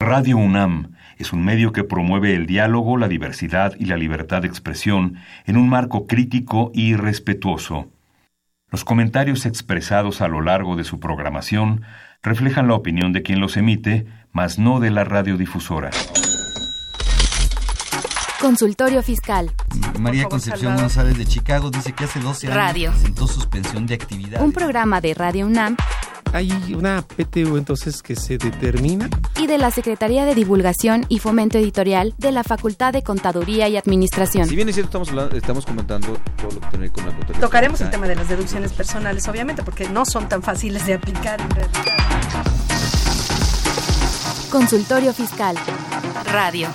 Radio UNAM es un medio que promueve el diálogo, la diversidad y la libertad de expresión en un marco crítico y respetuoso. Los comentarios expresados a lo largo de su programación reflejan la opinión de quien los emite, mas no de la radiodifusora. Consultorio Fiscal. María Concepción González de Chicago dice que hace 12 años presentó suspensión de actividades. Un programa de Radio UNAM. Hay una PTU entonces que se determina. Y de la Secretaría de Divulgación y Fomento Editorial de la Facultad de Contaduría y Administración. Si bien es cierto, estamos comentando todo lo que tiene con la contabilidad. Tocaremos el tema de las deducciones personales, obviamente, porque no son tan fáciles de aplicar en realidad. Consultorio Fiscal. Radio.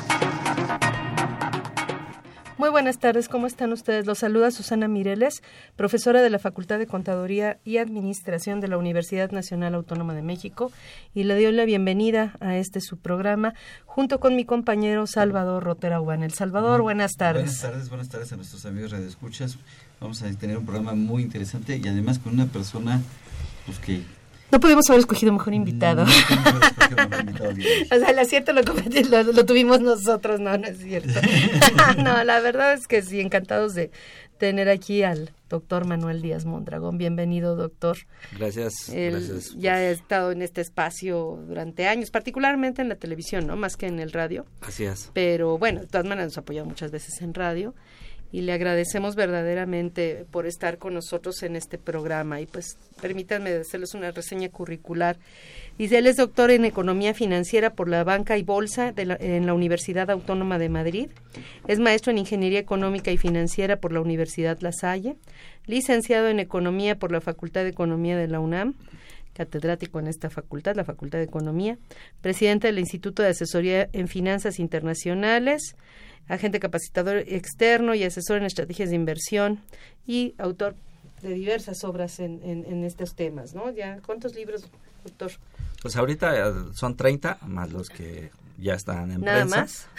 Muy buenas tardes, ¿cómo están ustedes? Los saluda Susana Mireles, profesora de la Facultad de Contaduría y Administración de la Universidad Nacional Autónoma de México, y le doy la bienvenida a su programa, junto con mi compañero Salvador Rotera Ubanel. Salvador, buenas tardes. Buenas tardes a nuestros amigos radioescuchas. Vamos a tener un programa muy interesante y además con una persona pues que... No pudimos haber escogido mejor invitado. No mejor invitado. O sea, el acierto lo tuvimos nosotros, no es cierto. No, la verdad es que sí, encantados de tener aquí al doctor Manuel Díaz Mondragón. Bienvenido, doctor. Gracias. Gracias. Ya ha estado en este espacio durante años, particularmente en la televisión, ¿no? Más que en el radio. Así es. Pero bueno, de todas maneras nos ha apoyado muchas veces en radio. Y le agradecemos verdaderamente por estar con nosotros en este programa. Y pues permítanme hacerles una reseña curricular. Dice, él es doctor en Economía Financiera por la Banca y Bolsa en la Universidad Autónoma de Madrid. Es maestro en Ingeniería Económica y Financiera por la Universidad La Salle. Licenciado en Economía por la Facultad de Economía de la UNAM. Catedrático en esta facultad, la Facultad de Economía. Presidente del Instituto de Asesoría en Finanzas Internacionales. Agente capacitador externo y asesor en estrategias de inversión y autor de diversas obras en estos temas, ¿no? Ya, ¿cuántos libros, doctor? Pues ahorita son 30, más los que ya están en ¿Nada prensa. Más?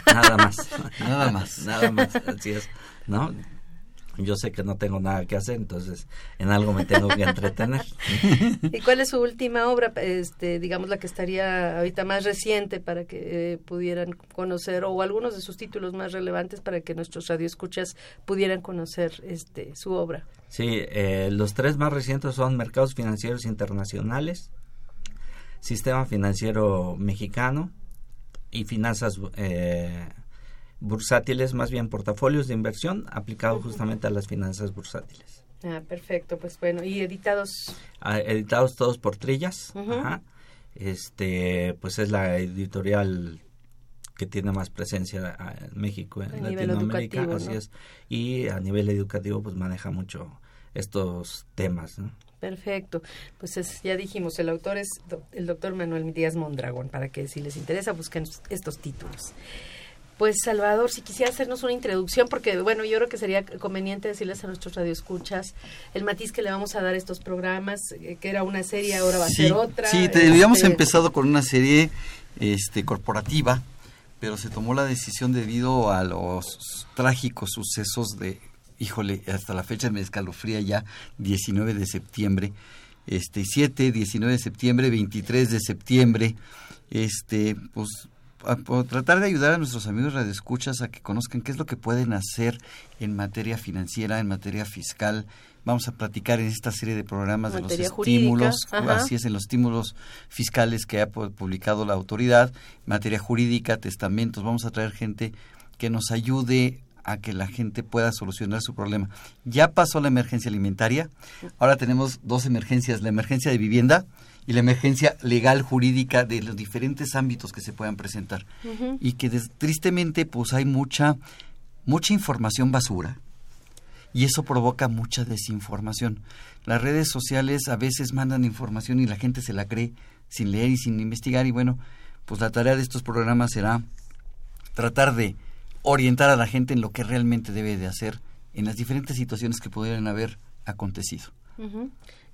Nada más, así es, ¿no? Yo sé que no tengo nada que hacer, entonces en algo me tengo que entretener. ¿Y cuál es su última obra, digamos la que estaría ahorita más reciente para que pudieran conocer, o algunos de sus títulos más relevantes para que nuestros radioescuchas pudieran conocer su obra? Sí, los 3 más recientes son Mercados Financieros Internacionales, Sistema Financiero Mexicano y Finanzas bursátiles, más bien portafolios de inversión aplicado justamente a las finanzas bursátiles. Ah, perfecto, pues bueno, ¿y editados? Editados todos por Trillas. Ajá. Pues es la editorial que tiene más presencia en México, en Latinoamérica, así ¿no? es. Y a nivel educativo pues maneja mucho estos temas, ¿no? Perfecto, pues ya dijimos, el autor es el doctor Manuel Díaz Mondragón, para que si les interesa busquen estos títulos. Pues Salvador, si quisiera hacernos una introducción, porque bueno, yo creo que sería conveniente decirles a nuestros radioescuchas el matiz que le vamos a dar a estos programas, que era una serie, ahora va a ser otra. Sí, habíamos empezado con una serie corporativa, pero se tomó la decisión debido a los trágicos sucesos de, hasta la fecha me escalofría ya, 19 de septiembre, 7, 19 de septiembre, 23 de septiembre, pues a tratar de ayudar a nuestros amigos radioescuchas a que conozcan qué es lo que pueden hacer en materia financiera, en materia fiscal. Vamos a platicar en esta serie de programas de los estímulos, así es, en los estímulos fiscales que ha publicado la autoridad, materia jurídica, testamentos. Vamos a traer gente que nos ayude a que la gente pueda solucionar su problema. Ya pasó la emergencia alimentaria, ahora tenemos 2 emergencias, la emergencia de vivienda y la emergencia legal jurídica de los diferentes ámbitos que se puedan presentar. Y que tristemente pues hay mucha información basura y eso provoca mucha desinformación. Las redes sociales a veces mandan información y la gente se la cree sin leer y sin investigar, y bueno, pues la tarea de estos programas será tratar de orientar a la gente en lo que realmente debe de hacer en las diferentes situaciones que pudieran haber acontecido.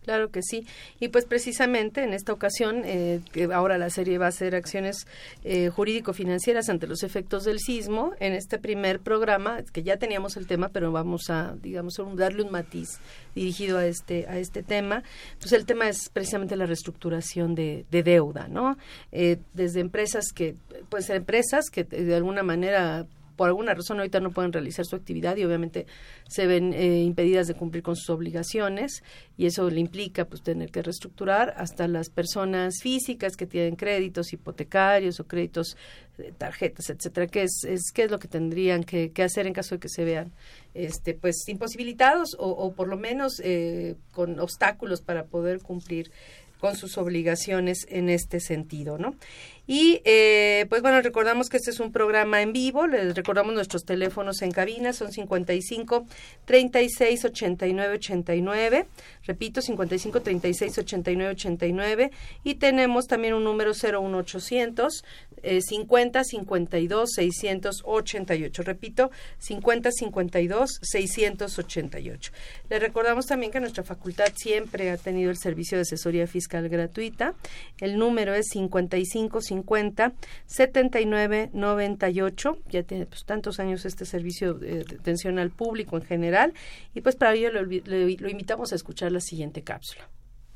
Claro que sí. Y pues precisamente en esta ocasión, que ahora la serie va a ser acciones jurídico-financieras ante los efectos del sismo. En este primer programa, que ya teníamos el tema, pero vamos a, digamos, darle un matiz dirigido a este tema. Pues el tema es precisamente la reestructuración de deuda, ¿no? Desde empresas que de alguna manera, por alguna razón ahorita no pueden realizar su actividad y obviamente se ven impedidas de cumplir con sus obligaciones, y eso le implica pues tener que reestructurar, hasta las personas físicas que tienen créditos hipotecarios o créditos tarjetas, etcétera. ¿Qué es lo que tendrían que hacer en caso de que se vean pues imposibilitados o por lo menos con obstáculos para poder cumplir con sus obligaciones en este sentido, ¿no? Y pues bueno, recordamos que este es un programa en vivo. Les recordamos nuestros teléfonos en cabina, son 55 36 89 89, repito, 55 36 89 89, y tenemos también un número 01800 50 52 688, repito, 50 52 688. Les recordamos también que nuestra facultad siempre ha tenido el servicio de asesoría fiscal gratuita. El número es 55 50 79 98. Ya tiene pues tantos años este servicio de atención al público en general, y pues para ello lo invitamos a escuchar la siguiente cápsula.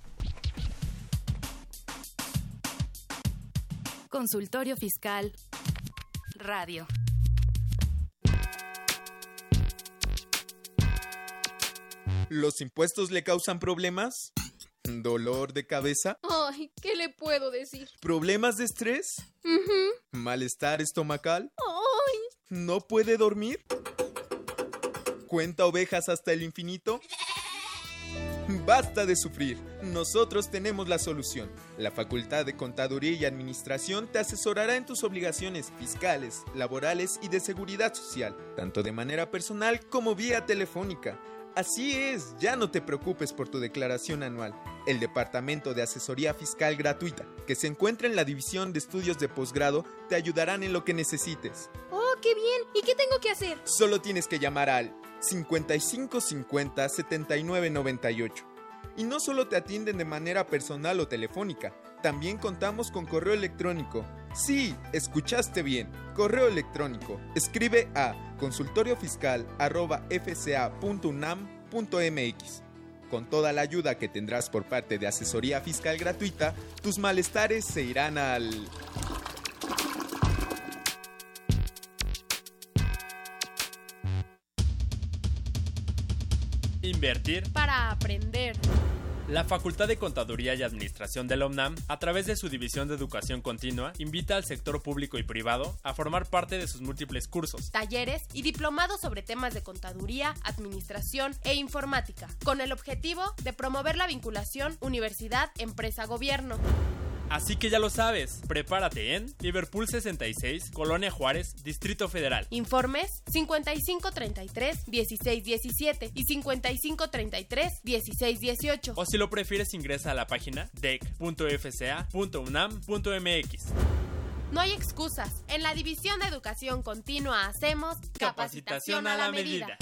Consultorio Fiscal Radio. ¿Los impuestos le causan problemas? ¿Dolor de cabeza? Ay, ¿qué le puedo decir? ¿Problemas de estrés? ¿Malestar estomacal? Ay. ¿No puede dormir? ¿Cuenta ovejas hasta el infinito? Basta de sufrir. Nosotros tenemos la solución. La Facultad de Contaduría y Administración te asesorará en tus obligaciones fiscales, laborales y de seguridad social, tanto de manera personal como vía telefónica. Así es, ya no te preocupes por tu declaración anual. El Departamento de Asesoría Fiscal Gratuita, que se encuentra en la División de Estudios de Posgrado, te ayudarán en lo que necesites. ¡Oh, qué bien! ¿Y qué tengo que hacer? Solo tienes que llamar al 5550 7998. Y no solo te atienden de manera personal o telefónica, también contamos con correo electrónico. Sí, escuchaste bien, correo electrónico. Escribe a consultoriofiscal@fca.unam.mx. Con toda la ayuda que tendrás por parte de asesoría fiscal gratuita, tus malestares se irán al... Invertir para aprender. La Facultad de Contaduría y Administración de la UNAM, a través de su División de Educación Continua, invita al sector público y privado a formar parte de sus múltiples cursos, talleres y diplomados sobre temas de contaduría, administración e informática, con el objetivo de promover la vinculación universidad-empresa-gobierno. Así que ya lo sabes, prepárate en Liverpool 66, Colonia Juárez, Distrito Federal. Informes 5533-1617 y 5533-1618. O si lo prefieres, ingresa a la página dec.fca.unam.mx. No hay excusas. En la División de Educación Continua hacemos capacitación a la medida.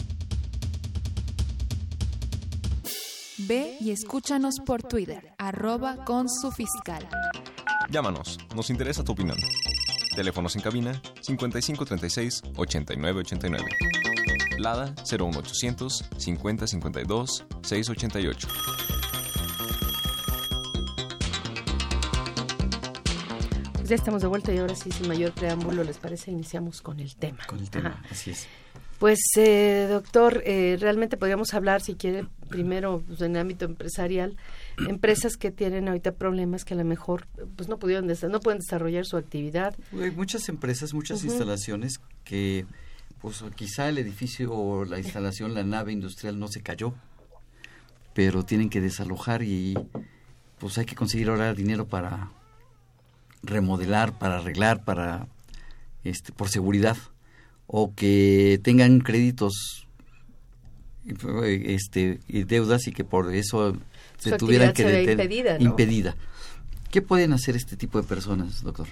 Ve y escúchanos por Twitter, @consufiscal. Llámanos, nos interesa tu opinión. Teléfonos en cabina 5536-8989. Lada 01800 5052 688. Pues ya estamos de vuelta y ahora sí, sin mayor preámbulo, ¿les parece? Iniciamos con el tema. Ajá. Así es. Pues, doctor, realmente podríamos hablar, si quiere, primero pues, en el ámbito empresarial, empresas que tienen ahorita problemas que a lo mejor pues no pueden desarrollar su actividad. Hay muchas empresas, muchas instalaciones que pues quizá el edificio o la instalación, la nave industrial no se cayó, pero tienen que desalojar y pues hay que conseguir ahora dinero para remodelar, para arreglar, para por seguridad, o que tengan créditos y deudas y que por eso se tuvieran que detener, impedida. ¿Qué pueden hacer este tipo de personas, doctor?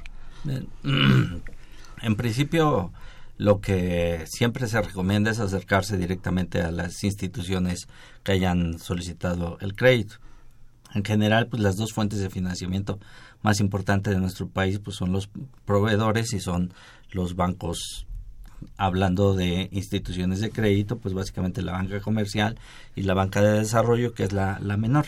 En principio, lo que siempre se recomienda es acercarse directamente a las instituciones que hayan solicitado el crédito. En general, pues las dos fuentes de financiamiento más importantes de nuestro país pues son los proveedores y son los bancos. Hablando de instituciones de crédito, pues básicamente la banca comercial y la banca de desarrollo, que es la menor.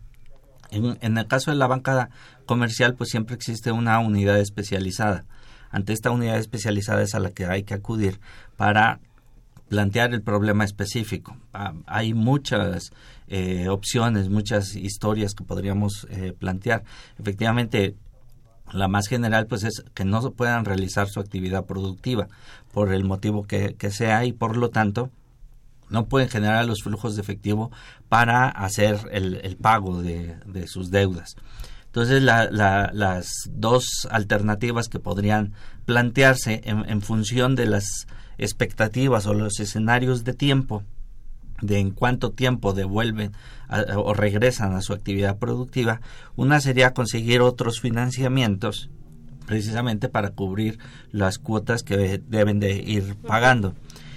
En el caso de la banca comercial, pues siempre existe una unidad especializada. Ante esta unidad especializada es a la que hay que acudir para plantear el problema específico. Hay muchas opciones, muchas historias que podríamos plantear. Efectivamente, la más general pues es que no puedan realizar su actividad productiva por el motivo que sea, y por lo tanto no pueden generar los flujos de efectivo para hacer el pago de sus deudas. Entonces las dos alternativas que podrían plantearse en función de las expectativas o los escenarios de tiempo, de en cuánto tiempo devuelven o regresan a su actividad productiva, una sería conseguir otros financiamientos precisamente para cubrir las cuotas que deben de ir pagando.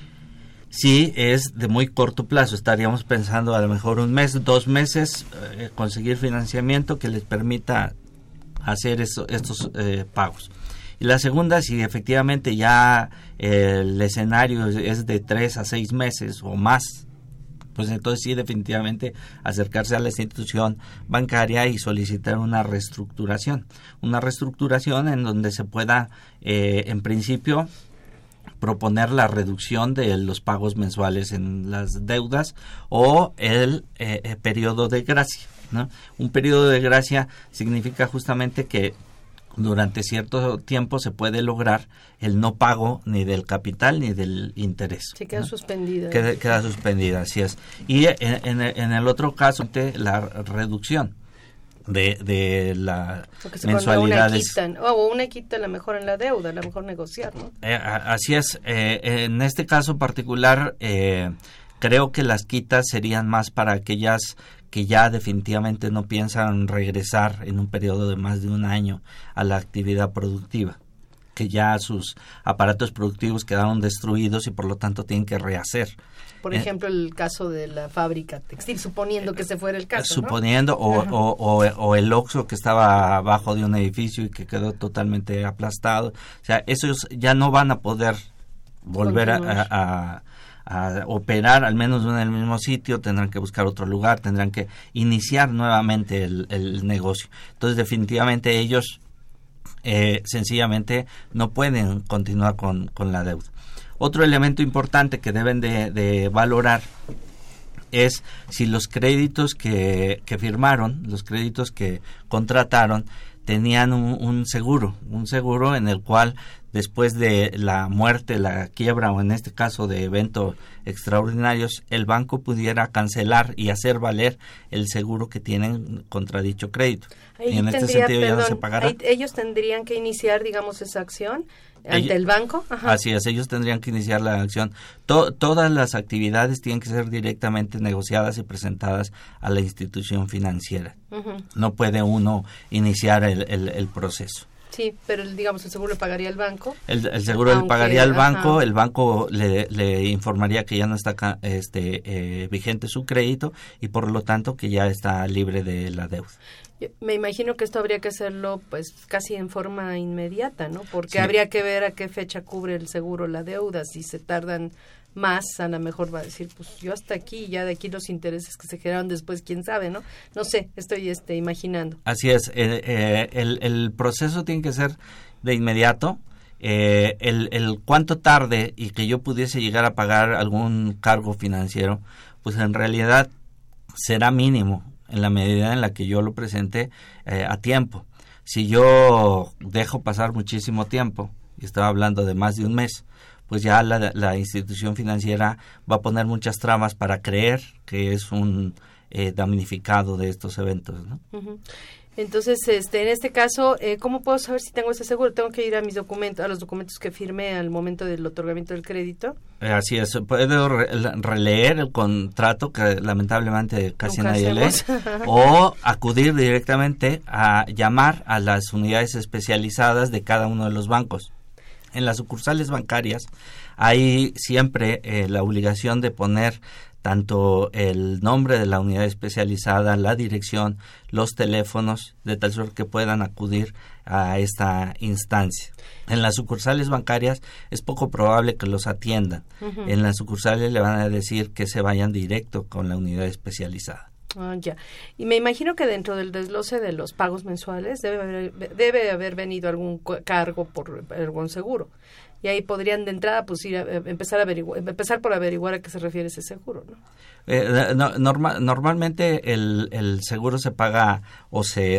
Si es de muy corto plazo, estaríamos pensando a lo mejor 1 mes, 2 meses, conseguir financiamiento que les permita hacer estos pagos. Y la segunda, si efectivamente ya el escenario es de 3 a 6 meses o más, pues entonces sí, definitivamente acercarse a la institución bancaria y solicitar una reestructuración en donde se pueda, en principio, proponer la reducción de los pagos mensuales en las deudas o el periodo de gracia, ¿no? Un periodo de gracia significa justamente que durante cierto tiempo se puede lograr el no pago ni del capital ni del interés. Se queda suspendida. Queda suspendida, así es. Y en el otro caso, la reducción de las mensualidades. Una quita a lo mejor en la deuda, a lo mejor negociar, ¿no? Así es. En este caso particular, creo que las quitas serían más para aquellas que ya definitivamente no piensan regresar en un periodo de más de 1 año a la actividad productiva, que ya sus aparatos productivos quedaron destruidos y por lo tanto tienen que rehacer. Por ejemplo, el caso de la fábrica textil, suponiendo que ese fuera el caso, suponiendo, ¿no? o el Oxxo que estaba abajo de un edificio y que quedó totalmente aplastado. O sea, esos ya no van a poder volver a operar, al menos en el mismo sitio, tendrán que buscar otro lugar, tendrán que iniciar nuevamente el negocio. Entonces, definitivamente ellos sencillamente no pueden continuar con la deuda. Otro elemento importante que deben de valorar es si los créditos que firmaron, los créditos que contrataron, tenían un seguro en el cual después de la muerte, la quiebra o en este caso de eventos extraordinarios, el banco pudiera cancelar y hacer valer el seguro que tienen contra dicho crédito. Ahí y en este sentido ya no se pagará. Ellos tendrían que iniciar, digamos, esa acción ante el banco. Ajá. Así es, ellos tendrían que iniciar la acción. Todas las actividades tienen que ser directamente negociadas y presentadas a la institución financiera. Uh-huh. No puede uno iniciar el proceso. Sí, pero digamos el seguro le pagaría al banco. El seguro le pagaría al banco, ajá. El banco le informaría que ya no está vigente su crédito y por lo tanto que ya está libre de la deuda. Me imagino que esto habría que hacerlo pues casi en forma inmediata, ¿no? Porque sí. Habría que ver a qué fecha cubre el seguro la deuda. Si se tardan más, a lo mejor va a decir, pues yo hasta aquí, ya de aquí los intereses que se generaron después, quién sabe, ¿no? No sé, estoy imaginando. Así es, el proceso tiene que ser de inmediato. El cuánto tarde y que yo pudiese llegar a pagar algún cargo financiero, pues en realidad será mínimo en la medida en la que yo lo presente a tiempo. Si yo dejo pasar muchísimo tiempo, y estaba hablando de más de 1 mes, pues ya la institución financiera va a poner muchas tramas para creer que es un damnificado de estos eventos, ¿no? Uh-huh. Entonces, en este caso, ¿cómo puedo saber si tengo ese seguro? ¿Tengo que ir a mis documentos, a los documentos que firmé al momento del otorgamiento del crédito? Así es, puedo releer el contrato que lamentablemente casi nadie lee, o acudir directamente a llamar a las unidades especializadas de cada uno de los bancos. En las sucursales bancarias hay siempre la obligación de poner tanto el nombre de la unidad especializada, la dirección, los teléfonos, de tal suerte que puedan acudir a esta instancia. En las sucursales bancarias es poco probable que los atiendan. Uh-huh. En las sucursales le van a decir que se vayan directo con la unidad especializada. Ya. Y me imagino que dentro del desglose de los pagos mensuales debe haber venido algún cargo por algún seguro. Y ahí podrían de entrada pues ir a empezar por averiguar a qué se refiere ese seguro, ¿no? Normalmente el seguro se paga o se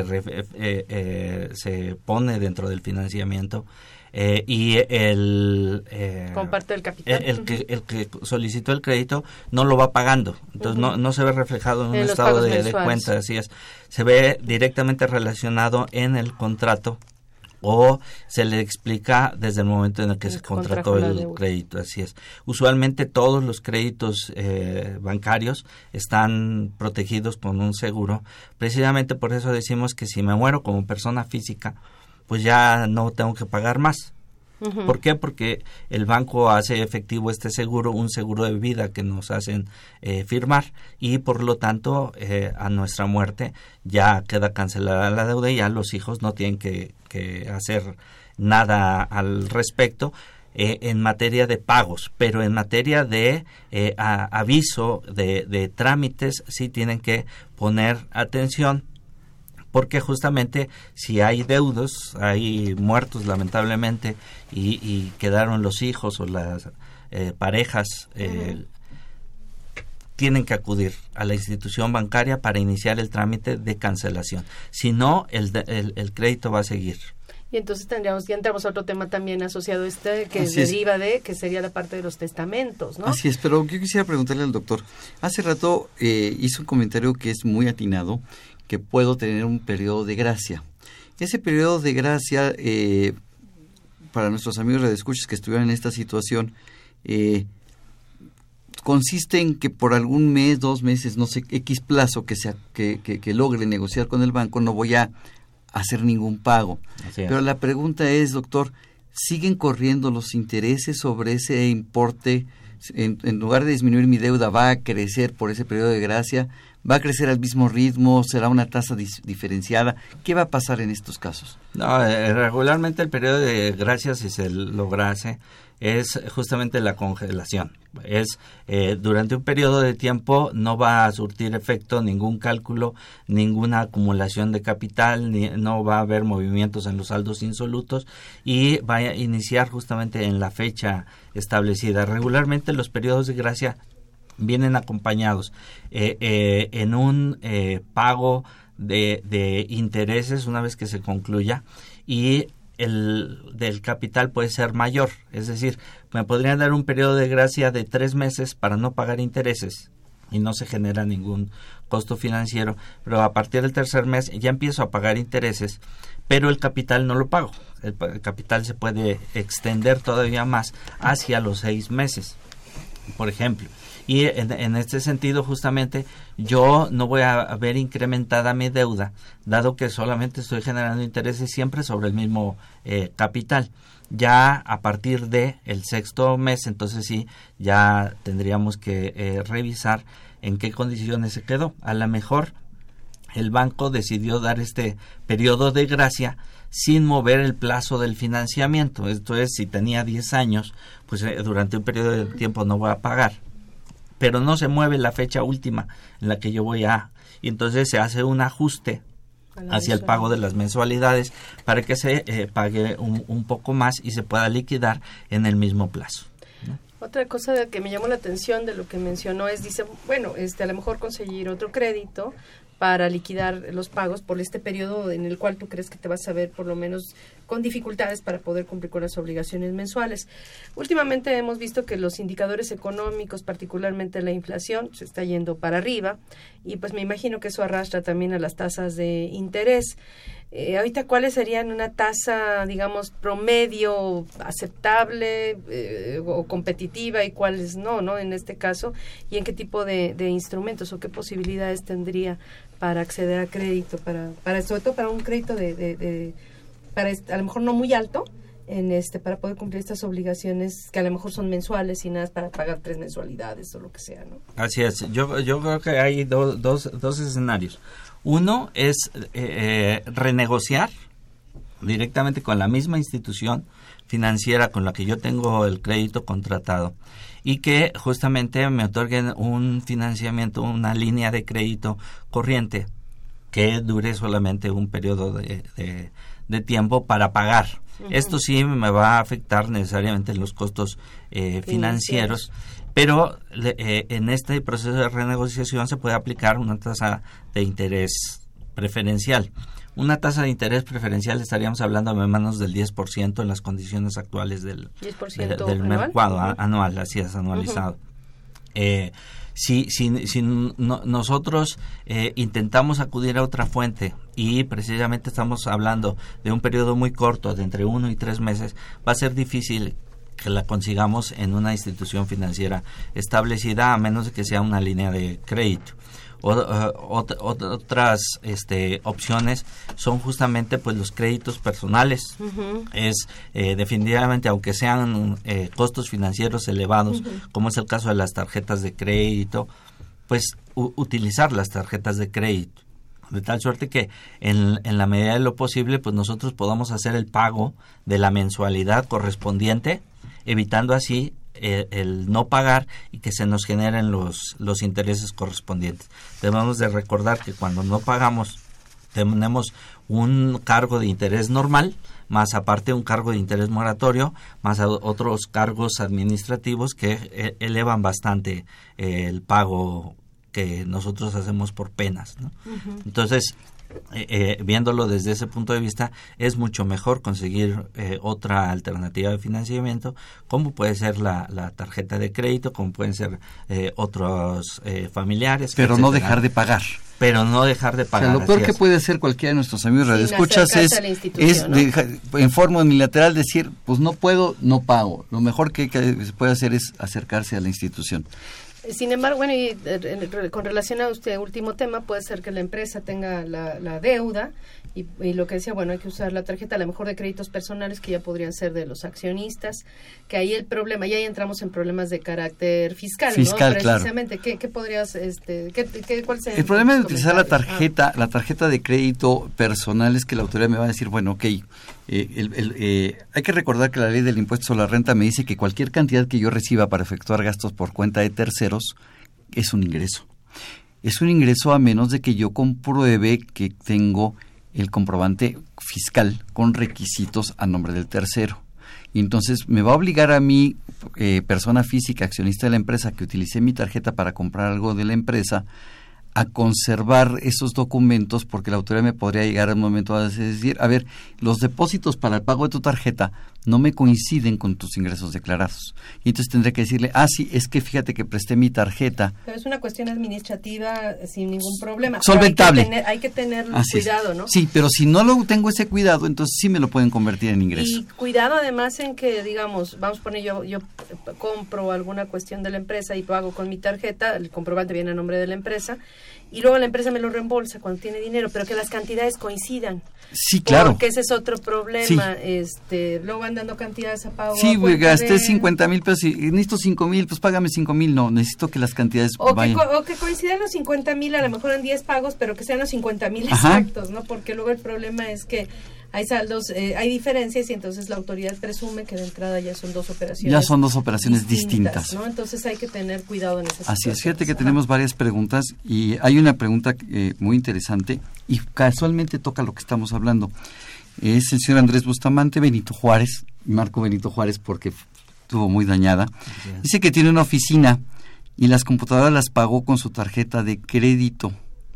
pone dentro del financiamiento. Y con parte del capital. El que solicitó el crédito no lo va pagando, entonces no se ve reflejado en un estado de cuenta, así es, se ve directamente relacionado en el contrato o se le explica desde el momento en el que se contrató el crédito, así es. Usualmente todos los créditos bancarios están protegidos con un seguro, precisamente por eso decimos que si me muero como persona física, pues ya no tengo que pagar más. Uh-huh. ¿Por qué? Porque el banco hace efectivo este seguro, un seguro de vida que nos hacen firmar y por lo tanto a nuestra muerte ya queda cancelada la deuda y ya los hijos no tienen que hacer nada al respecto en materia de pagos, pero en materia de aviso de trámites sí tienen que poner atención. Porque justamente si hay deudos, hay muertos lamentablemente y quedaron los hijos o las parejas, tienen que acudir a la institución bancaria para iniciar el trámite de cancelación. Si no, el crédito va a seguir. Y entonces ya entramos a otro tema también asociado que deriva que sería la parte de los testamentos, ¿no? Así es, pero yo quisiera preguntarle al doctor. Hace rato hizo un comentario que es muy atinado, que puedo tener un periodo de gracia. Ese periodo de gracia, para nuestros amigos radioescuchas que estuvieran en esta situación, consiste en que por algún mes, 2 meses, no sé, X plazo que logre negociar con el banco, no voy a hacer ningún pago. Pero la pregunta es, doctor, ¿siguen corriendo los intereses sobre ese importe? En lugar de disminuir mi deuda, ¿va a crecer por ese periodo de gracia? ¿Va a crecer al mismo ritmo? ¿Será una tasa diferenciada? ¿Qué va a pasar en estos casos? No, regularmente el periodo de gracia, si se lograse, es justamente la congelación. Es durante un periodo de tiempo no va a surtir efecto ningún cálculo, ninguna acumulación de capital, no va a haber movimientos en los saldos insolutos y va a iniciar justamente en la fecha establecida. Regularmente los periodos de gracia vienen acompañados en un pago de intereses una vez que se concluya y el del capital puede ser mayor, es decir, me podrían dar un periodo de gracia de 3 meses para no pagar intereses y no se genera ningún costo financiero, pero a partir del 3er mes ya empiezo a pagar intereses, pero el capital no lo pago, el capital se puede extender todavía más hacia los 6 meses, por ejemplo. Y en este sentido, justamente, yo no voy a ver incrementada mi deuda, dado que solamente estoy generando intereses siempre sobre el mismo capital. Ya a partir del 6º mes, entonces sí, ya tendríamos que revisar en qué condiciones se quedó. A lo mejor el banco decidió dar este periodo de gracia sin mover el plazo del financiamiento. Esto es, si tenía 10 años, pues durante un periodo de tiempo no voy a pagar. Pero no se mueve la fecha última en la que yo voy y entonces se hace un ajuste hacia el pago de las mensualidades para que se pague un poco más y se pueda liquidar en el mismo plazo, ¿no? Otra cosa que me llamó la atención de lo que mencionó dice, bueno, a lo mejor conseguir otro crédito para liquidar los pagos por este periodo en el cual tú crees que te vas a ver por lo menos con dificultades para poder cumplir con las obligaciones mensuales. Últimamente hemos visto que los indicadores económicos, particularmente la inflación, se está yendo para arriba y pues me imagino que eso arrastra también a las tasas de interés. Ahorita, ¿cuáles serían una tasa, digamos, promedio aceptable o competitiva y cuáles no, en este caso? ¿Y en qué tipo de instrumentos o qué posibilidades tendría para acceder a crédito, para sobre todo para un crédito para a lo mejor no muy alto, para poder cumplir estas obligaciones que a lo mejor son mensuales y nada para pagar 3 mensualidades o lo que sea, ¿no? Así es. Yo creo que hay dos escenarios. Uno es renegociar directamente con la misma institución financiera con la que yo tengo el crédito contratado y que justamente me otorguen un financiamiento, una línea de crédito corriente que dure solamente un periodo de tiempo para pagar. Uh-huh. Esto sí me va a afectar necesariamente en los costos financieros, pero en este proceso de renegociación se puede aplicar una tasa de interés preferencial. Una tasa de interés preferencial estaríamos hablando de menos del 10% en las condiciones actuales del mercado anual, así es, anualizado. Uh-huh. Si nosotros intentamos acudir a otra fuente y precisamente estamos hablando de un periodo muy corto, de entre 1 y 3 meses, va a ser difícil que la consigamos en una institución financiera establecida, a menos de que sea una línea de crédito. Otras opciones son justamente pues los créditos personales. Uh-huh. Es definitivamente, aunque sean costos financieros elevados, uh-huh, como es el caso de las tarjetas de crédito, pues utilizar las tarjetas de crédito de tal suerte que en la medida de lo posible pues nosotros podamos hacer el pago de la mensualidad correspondiente, evitando así el no pagar y que se nos generen los intereses correspondientes. Debemos de recordar que cuando no pagamos tenemos un cargo de interés normal, más aparte un cargo de interés moratorio, más otros cargos administrativos que elevan bastante el pago que nosotros hacemos por penas, ¿no? Uh-huh. Entonces, viéndolo desde ese punto de vista, es mucho mejor conseguir otra alternativa de financiamiento, como puede ser la tarjeta de crédito, como pueden ser otros familiares. Pero no dejar de pagar. Pero no dejar de pagar. O sea, lo peor que puede hacer cualquiera de nuestros amigos radioescuchas es ¿no? En forma unilateral decir, pues no puedo, no pago. Lo mejor que se puede hacer es acercarse a la institución. Sin embargo, bueno, y con relación a este último tema, puede ser que la empresa tenga la deuda y lo que decía, bueno, hay que usar la tarjeta a lo mejor de créditos personales que ya podrían ser de los accionistas, que ahí el problema, ya ahí entramos en problemas de carácter fiscal, ¿no? Precisamente, claro. ¿Qué podrías, cuál sería el problema de utilizar la tarjeta de crédito personal es que la autoridad me va a decir, bueno, ok, hay que recordar que la ley del impuesto sobre la renta me dice que cualquier cantidad que yo reciba para efectuar gastos por cuenta de terceros es un ingreso. Es un ingreso a menos de que yo compruebe que tengo el comprobante fiscal con requisitos a nombre del tercero. Y entonces me va a obligar a mí, persona física, accionista de la empresa, que utilicé mi tarjeta para comprar algo de la empresa, a conservar esos documentos, porque la autoridad me podría llegar al momento a decir, a ver, los depósitos para el pago de tu tarjeta no me coinciden con tus ingresos declarados. Y entonces tendré que decirle, sí, es que fíjate que presté mi tarjeta. Pero es una cuestión administrativa sin ningún problema. Solventable. Hay que tener cuidado, ¿no? Sí, pero si no tengo ese cuidado, entonces sí me lo pueden convertir en ingreso. Y cuidado además en que, digamos, vamos a poner, yo compro alguna cuestión de la empresa y pago con mi tarjeta, el comprobante viene a nombre de la empresa, y luego la empresa me lo reembolsa cuando tiene dinero, pero que las cantidades coincidan. Sí, claro. Porque ese es otro problema. Sí. Luego van dando cantidades a pago. Sí, gasté 50,000 pesos y necesito 5,000, pues págame 5,000. No, necesito que las cantidades vayan. O que coincidan los 50,000, a lo mejor en 10 pagos, pero que sean los 50,000 exactos, ¿no? Porque luego el problema es que hay saldos, hay diferencias y entonces la autoridad presume que de entrada ya son dos operaciones. Ya son dos operaciones distintas, ¿no? Entonces hay que tener cuidado en esas Así es, fíjate que tenemos varias preguntas y hay una pregunta muy interesante y casualmente toca lo que estamos hablando. Es el señor Andrés Bustamante Benito Juárez, Marco Benito Juárez porque estuvo muy dañada. Dice que tiene una oficina y las computadoras las pagó con su tarjeta de crédito.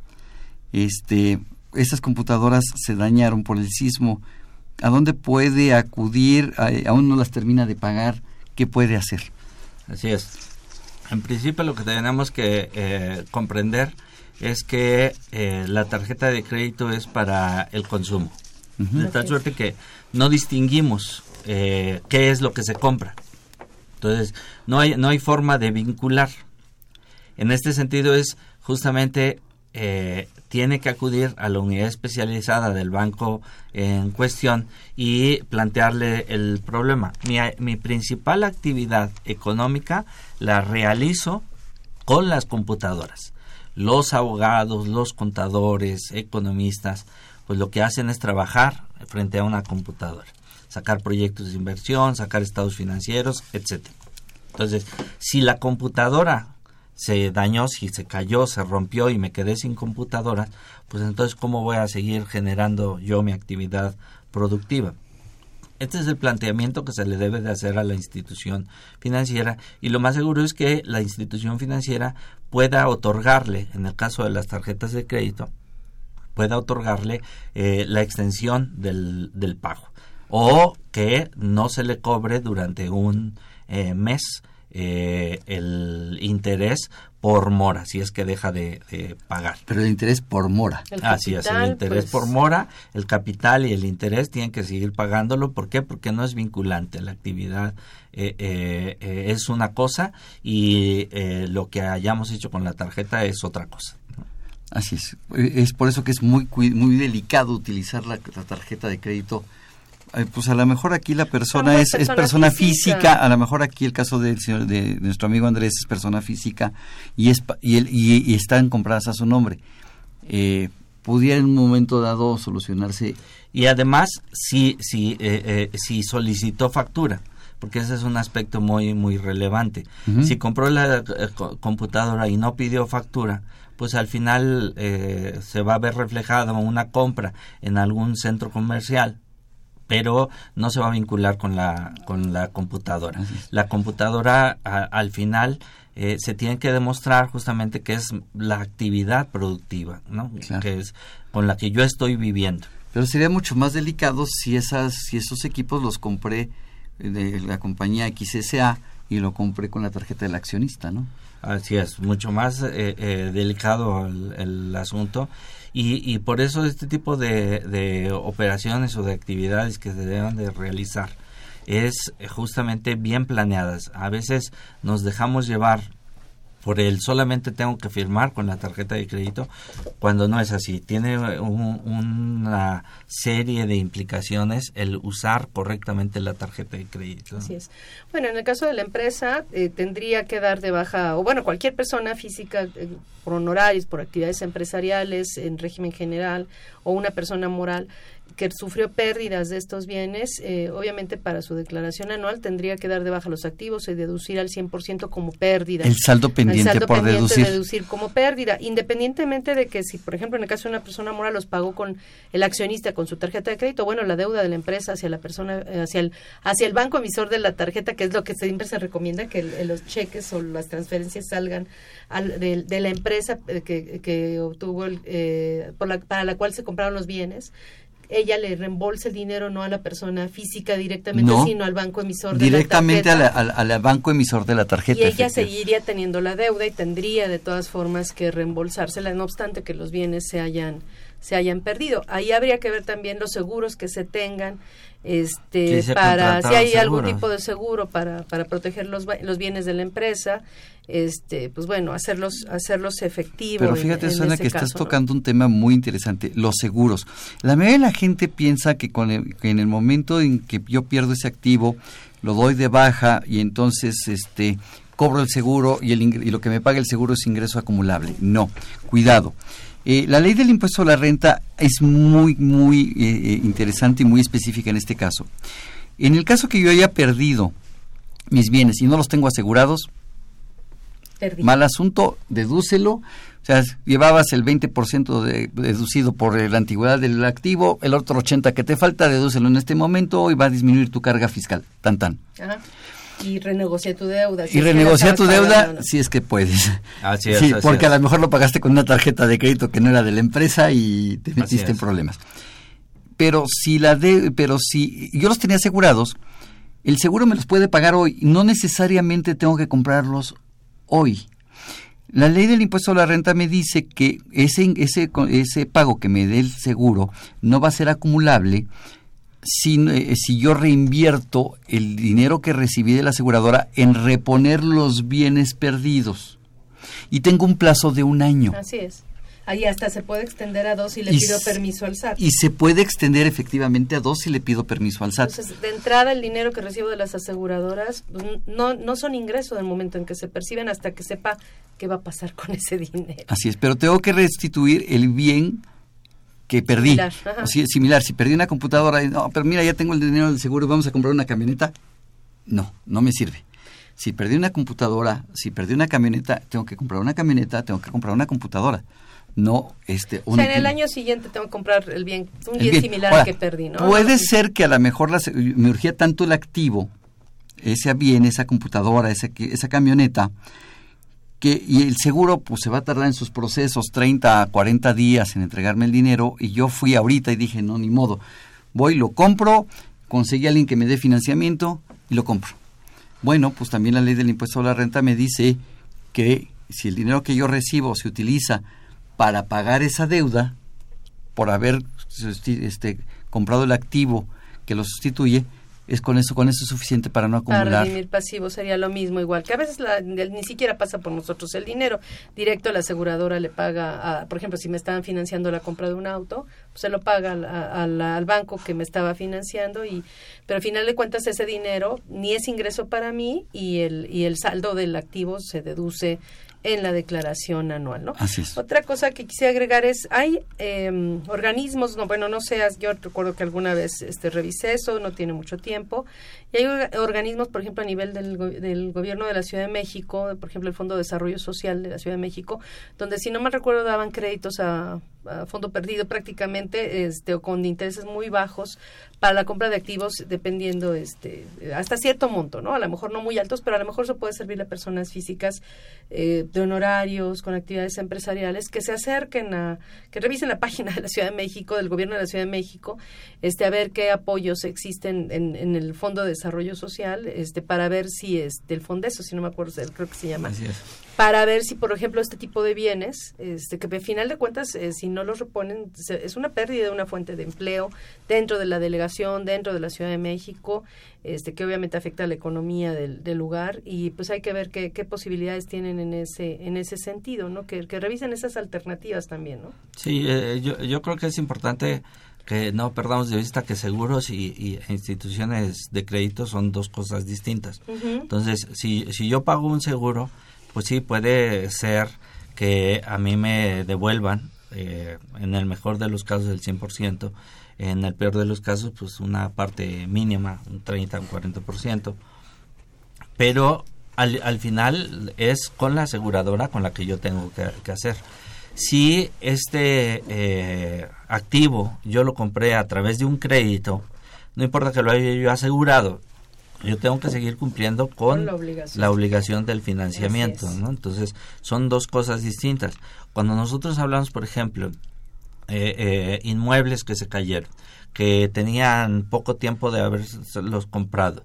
Esas computadoras se dañaron por el sismo. ¿A dónde puede acudir? Aún no las termina de pagar. ¿Qué puede hacer? Así es. En principio lo que tenemos que comprender es que la tarjeta de crédito es para el consumo. Uh-huh. De tal suerte que no distinguimos qué es lo que se compra. Entonces, no hay forma de vincular. En este sentido es justamente tiene que acudir a la unidad especializada del banco en cuestión y plantearle el problema. Mi principal actividad económica la realizo con las computadoras. Los abogados, los contadores, economistas, pues lo que hacen es trabajar frente a una computadora, sacar proyectos de inversión, sacar estados financieros, etcétera. Entonces, si la computadora se dañó, si se cayó, se rompió y me quedé sin computadora, pues entonces ¿cómo voy a seguir generando yo mi actividad productiva? Este es el planteamiento que se le debe de hacer a la institución financiera, y lo más seguro es que la institución financiera pueda otorgarle, en el caso de las tarjetas de crédito, pueda otorgarle la extensión del pago, o que no se le cobre durante un mes el interés por mora, si es que deja de pagar. Pero el interés por mora. Así es, el interés por mora, el capital y el interés tienen que seguir pagándolo. ¿Por qué? Porque no es vinculante. La actividad es una cosa y lo que hayamos hecho con la tarjeta es otra cosa. Así es. Es por eso que es muy delicado utilizar la tarjeta de crédito. Pues a lo mejor aquí la persona es persona física, a lo mejor aquí el caso de nuestro amigo Andrés es persona física y están compradas a su nombre. Pudiera en un momento dado solucionarse. Y además si solicitó factura, porque ese es un aspecto muy relevante. Uh-huh. Si compró la computadora y no pidió factura, pues al final se va a ver reflejada una compra en algún centro comercial, pero no se va a vincular con la computadora. La computadora al final se tiene que demostrar justamente que es la actividad productiva, ¿no? Claro. Que es con la que yo estoy viviendo. Pero sería mucho más delicado si esos equipos los compré de la compañía XSA y lo compré con la tarjeta del accionista, ¿no? Así es, mucho más delicado el asunto. Y por eso este tipo de operaciones o de actividades que se deben de realizar es justamente bien planeadas. A veces nos dejamos llevar por el solamente tengo que firmar con la tarjeta de crédito, cuando no es así. Tiene una serie de implicaciones el usar correctamente la tarjeta de crédito. Así es. Bueno, en el caso de la empresa, tendría que dar de baja, o bueno, cualquier persona física por honorarios, por actividades empresariales en régimen general, o una persona moral que sufrió pérdidas de estos bienes, obviamente para su declaración anual tendría que dar de baja los activos y deducir al 100% como pérdida. El saldo pendiente por deducir como pérdida, independientemente de que si, por ejemplo, en el caso de una persona moral los pagó con el accionista, con su tarjeta de crédito, bueno, la deuda de la empresa hacia la persona, hacia el banco emisor de la tarjeta, que es lo que siempre se recomienda, que los cheques o las transferencias salgan de la empresa que obtuvo para la cual se compraron los bienes. Ella le reembolsa el dinero no a la persona física directamente, sino al banco emisor de la tarjeta. Directamente al banco emisor de la tarjeta. Y ella seguiría teniendo la deuda y tendría de todas formas que reembolsársela, no obstante que los bienes se hayan perdido. Ahí habría que ver también los seguros que se tengan, para si hay algún tipo de seguro para proteger los bienes de la empresa, pues bueno, hacerlos efectivos. Pero fíjate, Susana, que estás tocando un tema muy interesante, los seguros. La mayoría de la gente piensa que que en el momento en que yo pierdo ese activo, lo doy de baja y entonces cobro el seguro y lo que me paga el seguro es ingreso acumulable. No, cuidado. La ley del impuesto a la renta es muy interesante y muy específica en este caso. En el caso que yo haya perdido mis bienes y no los tengo asegurados, mal asunto, dedúcelo. O sea, llevabas el 20% deducido por la antigüedad del activo, el otro 80% que te falta, dedúcelo en este momento y va a disminuir tu carga fiscal. Tan. Ajá. Y renegocia tu deuda. Si es que puedes. Así es, porque a lo mejor lo pagaste con una tarjeta de crédito que no era de la empresa y te metiste en problemas. Pero si yo los tenía asegurados, el seguro me los puede pagar hoy. No necesariamente tengo que comprarlos hoy. La ley del impuesto a la renta me dice que ese pago que me dé el seguro no va a ser acumulable si yo reinvierto el dinero que recibí de la aseguradora en reponer los bienes perdidos. Y tengo un plazo de 1 año. Así es. Ahí hasta se puede extender a 2 si le pido permiso al SAT. Y se puede extender efectivamente a 2 si le pido permiso al SAT. Entonces, de entrada, el dinero que recibo de las aseguradoras no son ingresos del momento en que se perciben hasta que sepa qué va a pasar con ese dinero. Así es, pero tengo que restituir el bien que perdí. Similar, si perdí una computadora, no, pero mira, ya tengo el dinero del seguro, vamos a comprar una camioneta. No me sirve. Si perdí una computadora, si perdí una camioneta, tengo que comprar una camioneta, tengo que comprar una computadora. No, o sea, en el año siguiente tengo que comprar un bien similar al que perdí, ¿no? Puede ser que a lo mejor me urgía tanto el activo, ese bien, esa computadora, esa camioneta, y el seguro pues se va a tardar en sus procesos 30 a 40 días en entregarme el dinero, y yo fui ahorita y dije, no, ni modo, voy, lo compro, conseguí a alguien que me dé financiamiento y lo compro. Bueno, pues también la ley del impuesto a la renta me dice que si el dinero que yo recibo se utiliza para pagar esa deuda por haber comprado el activo que lo sustituye, con eso es suficiente para no acumular. Para redimir pasivos sería lo mismo, igual que a veces ni siquiera pasa por nosotros el dinero, directo la aseguradora le paga, por ejemplo, si me estaban financiando la compra de un auto, pues se lo paga al banco que me estaba financiando, pero al final de cuentas ese dinero ni es ingreso para mí y el saldo del activo se deduce en la declaración anual, ¿no? Así es. Otra cosa que quisiera agregar es, hay organismos, no sé, yo recuerdo que alguna vez revisé eso, no tiene mucho tiempo, y hay organismos, por ejemplo, a nivel del gobierno de la Ciudad de México, por ejemplo, el Fondo de Desarrollo Social de la Ciudad de México, donde si no mal recuerdo daban créditos a fondo perdido prácticamente, o con intereses muy bajos para la compra de activos, dependiendo hasta cierto monto, ¿no? A lo mejor no muy altos, pero a lo mejor eso puede servir a personas físicas de honorarios, con actividades empresariales, que se acerquen que revisen la página de la Ciudad de México, del gobierno de la Ciudad de México, a ver qué apoyos existen en el Fondo de Desarrollo Social, para ver si el Fondeso, si no me acuerdo, creo que se llama. Así es. Para ver si, por ejemplo, este tipo de bienes, que al final de cuentas, si no los reponen, es una pérdida de una fuente de empleo dentro de la delegación, dentro de la Ciudad de México, que obviamente afecta a la economía del lugar, y pues hay que ver qué posibilidades tienen en ese sentido, ¿no? Que revisen esas alternativas también, ¿no? Sí, yo creo que es importante que no perdamos de vista que seguros y instituciones de crédito son dos cosas distintas. Uh-huh. Entonces, si yo pago un seguro, pues sí, puede ser que a mí me devuelvan, en el mejor de los casos, el 100%, en el peor de los casos, pues una parte mínima, un 30 o un 40%. Pero al final es con la aseguradora con la que yo tengo que hacer. Si activo yo lo compré a través de un crédito, no importa que lo haya yo asegurado, yo tengo que seguir cumpliendo con la obligación del financiamiento, ¿no? Entonces, son dos cosas distintas. Cuando nosotros hablamos, por ejemplo, inmuebles que se cayeron, que tenían poco tiempo de haberlos comprado,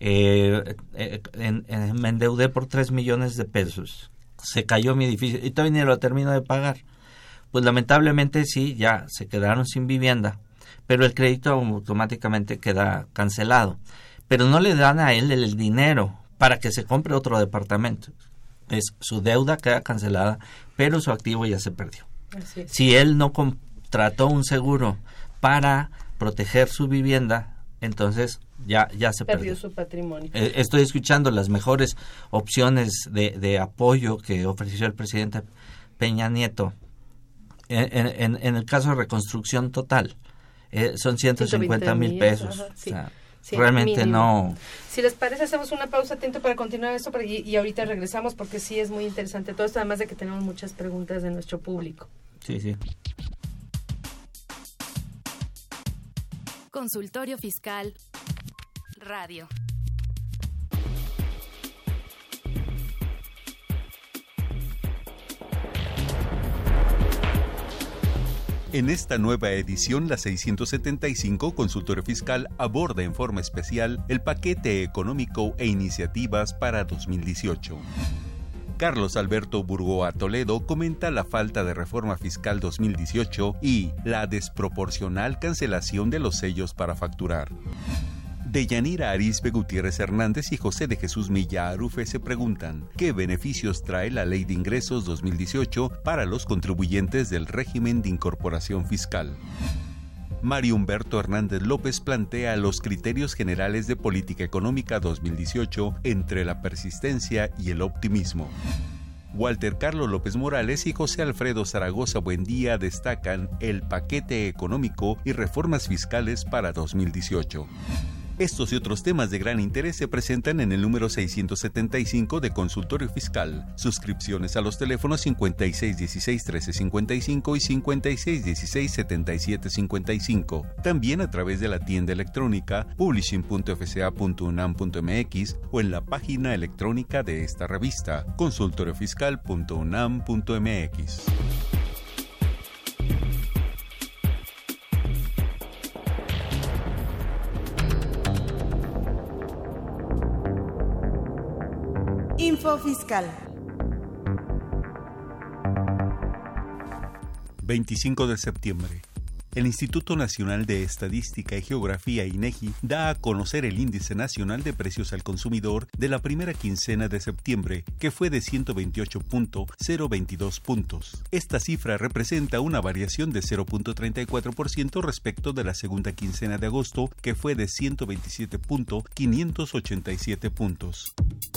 me endeudé por 3 millones de pesos, se cayó mi edificio y todavía ni lo termino de pagar. Pues lamentablemente sí, ya se quedaron sin vivienda, pero el crédito automáticamente queda cancelado. Pero no le dan a él el dinero para que se compre otro departamento. Su deuda queda cancelada, pero su activo ya se perdió. Así es. Si él no contrató un seguro para proteger su vivienda, entonces ya se perdió su patrimonio. Estoy escuchando las mejores opciones de apoyo que ofreció el presidente Peña Nieto. En el caso de reconstrucción total, son 150,000 pesos. Ajá, sí. O sea, sí, realmente mínimo. No. Si les parece, hacemos una pausa atento para continuar esto y ahorita regresamos porque sí es muy interesante todo esto, además de que tenemos muchas preguntas de nuestro público. Sí. Consultorio Fiscal Radio. En esta nueva edición, la 675, Consultorio Fiscal aborda en forma especial el paquete económico e iniciativas para 2018. Carlos Alberto Burgoa Toledo comenta la falta de reforma fiscal 2018 y la desproporcional cancelación de los sellos para facturar. Deyanira Arizpe Gutiérrez Hernández y José de Jesús Milla Arufe se preguntan ¿qué beneficios trae la Ley de Ingresos 2018 para los contribuyentes del régimen de incorporación fiscal? Mario Humberto Hernández López plantea los criterios generales de política económica 2018 entre la persistencia y el optimismo. Walter Carlos López Morales y José Alfredo Zaragoza Buendía destacan el paquete económico y reformas fiscales para 2018. Estos y otros temas de gran interés se presentan en el número 675 de Consultorio Fiscal. Suscripciones a los teléfonos 5616-1355 y 5616-7755. También a través de la tienda electrónica publishing.fca.unam.mx o en la página electrónica de esta revista, consultoriofiscal.unam.mx. Info Fiscal. 25 de septiembre. El Instituto Nacional de Estadística y Geografía, INEGI, da a conocer el Índice Nacional de Precios al Consumidor de la primera quincena de septiembre, que fue de 128.022 puntos. Esta cifra representa una variación de 0.34% respecto de la segunda quincena de agosto, que fue de 127.587 puntos.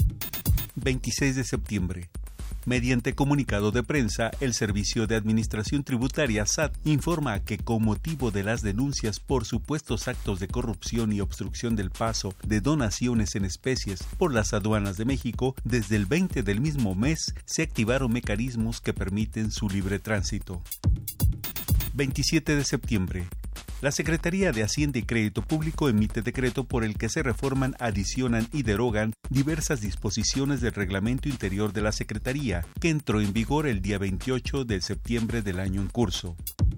26 de septiembre. Mediante comunicado de prensa, el Servicio de Administración Tributaria SAT informa que con motivo de las denuncias por supuestos actos de corrupción y obstrucción del paso de donaciones en especies por las aduanas de México, desde el 20 del mismo mes se activaron mecanismos que permiten su libre tránsito. 27 de septiembre. La Secretaría de Hacienda y Crédito Público emite decreto por el que se reforman, adicionan y derogan diversas disposiciones del reglamento interior de la Secretaría, que entró en vigor el día 28 de septiembre del año en curso.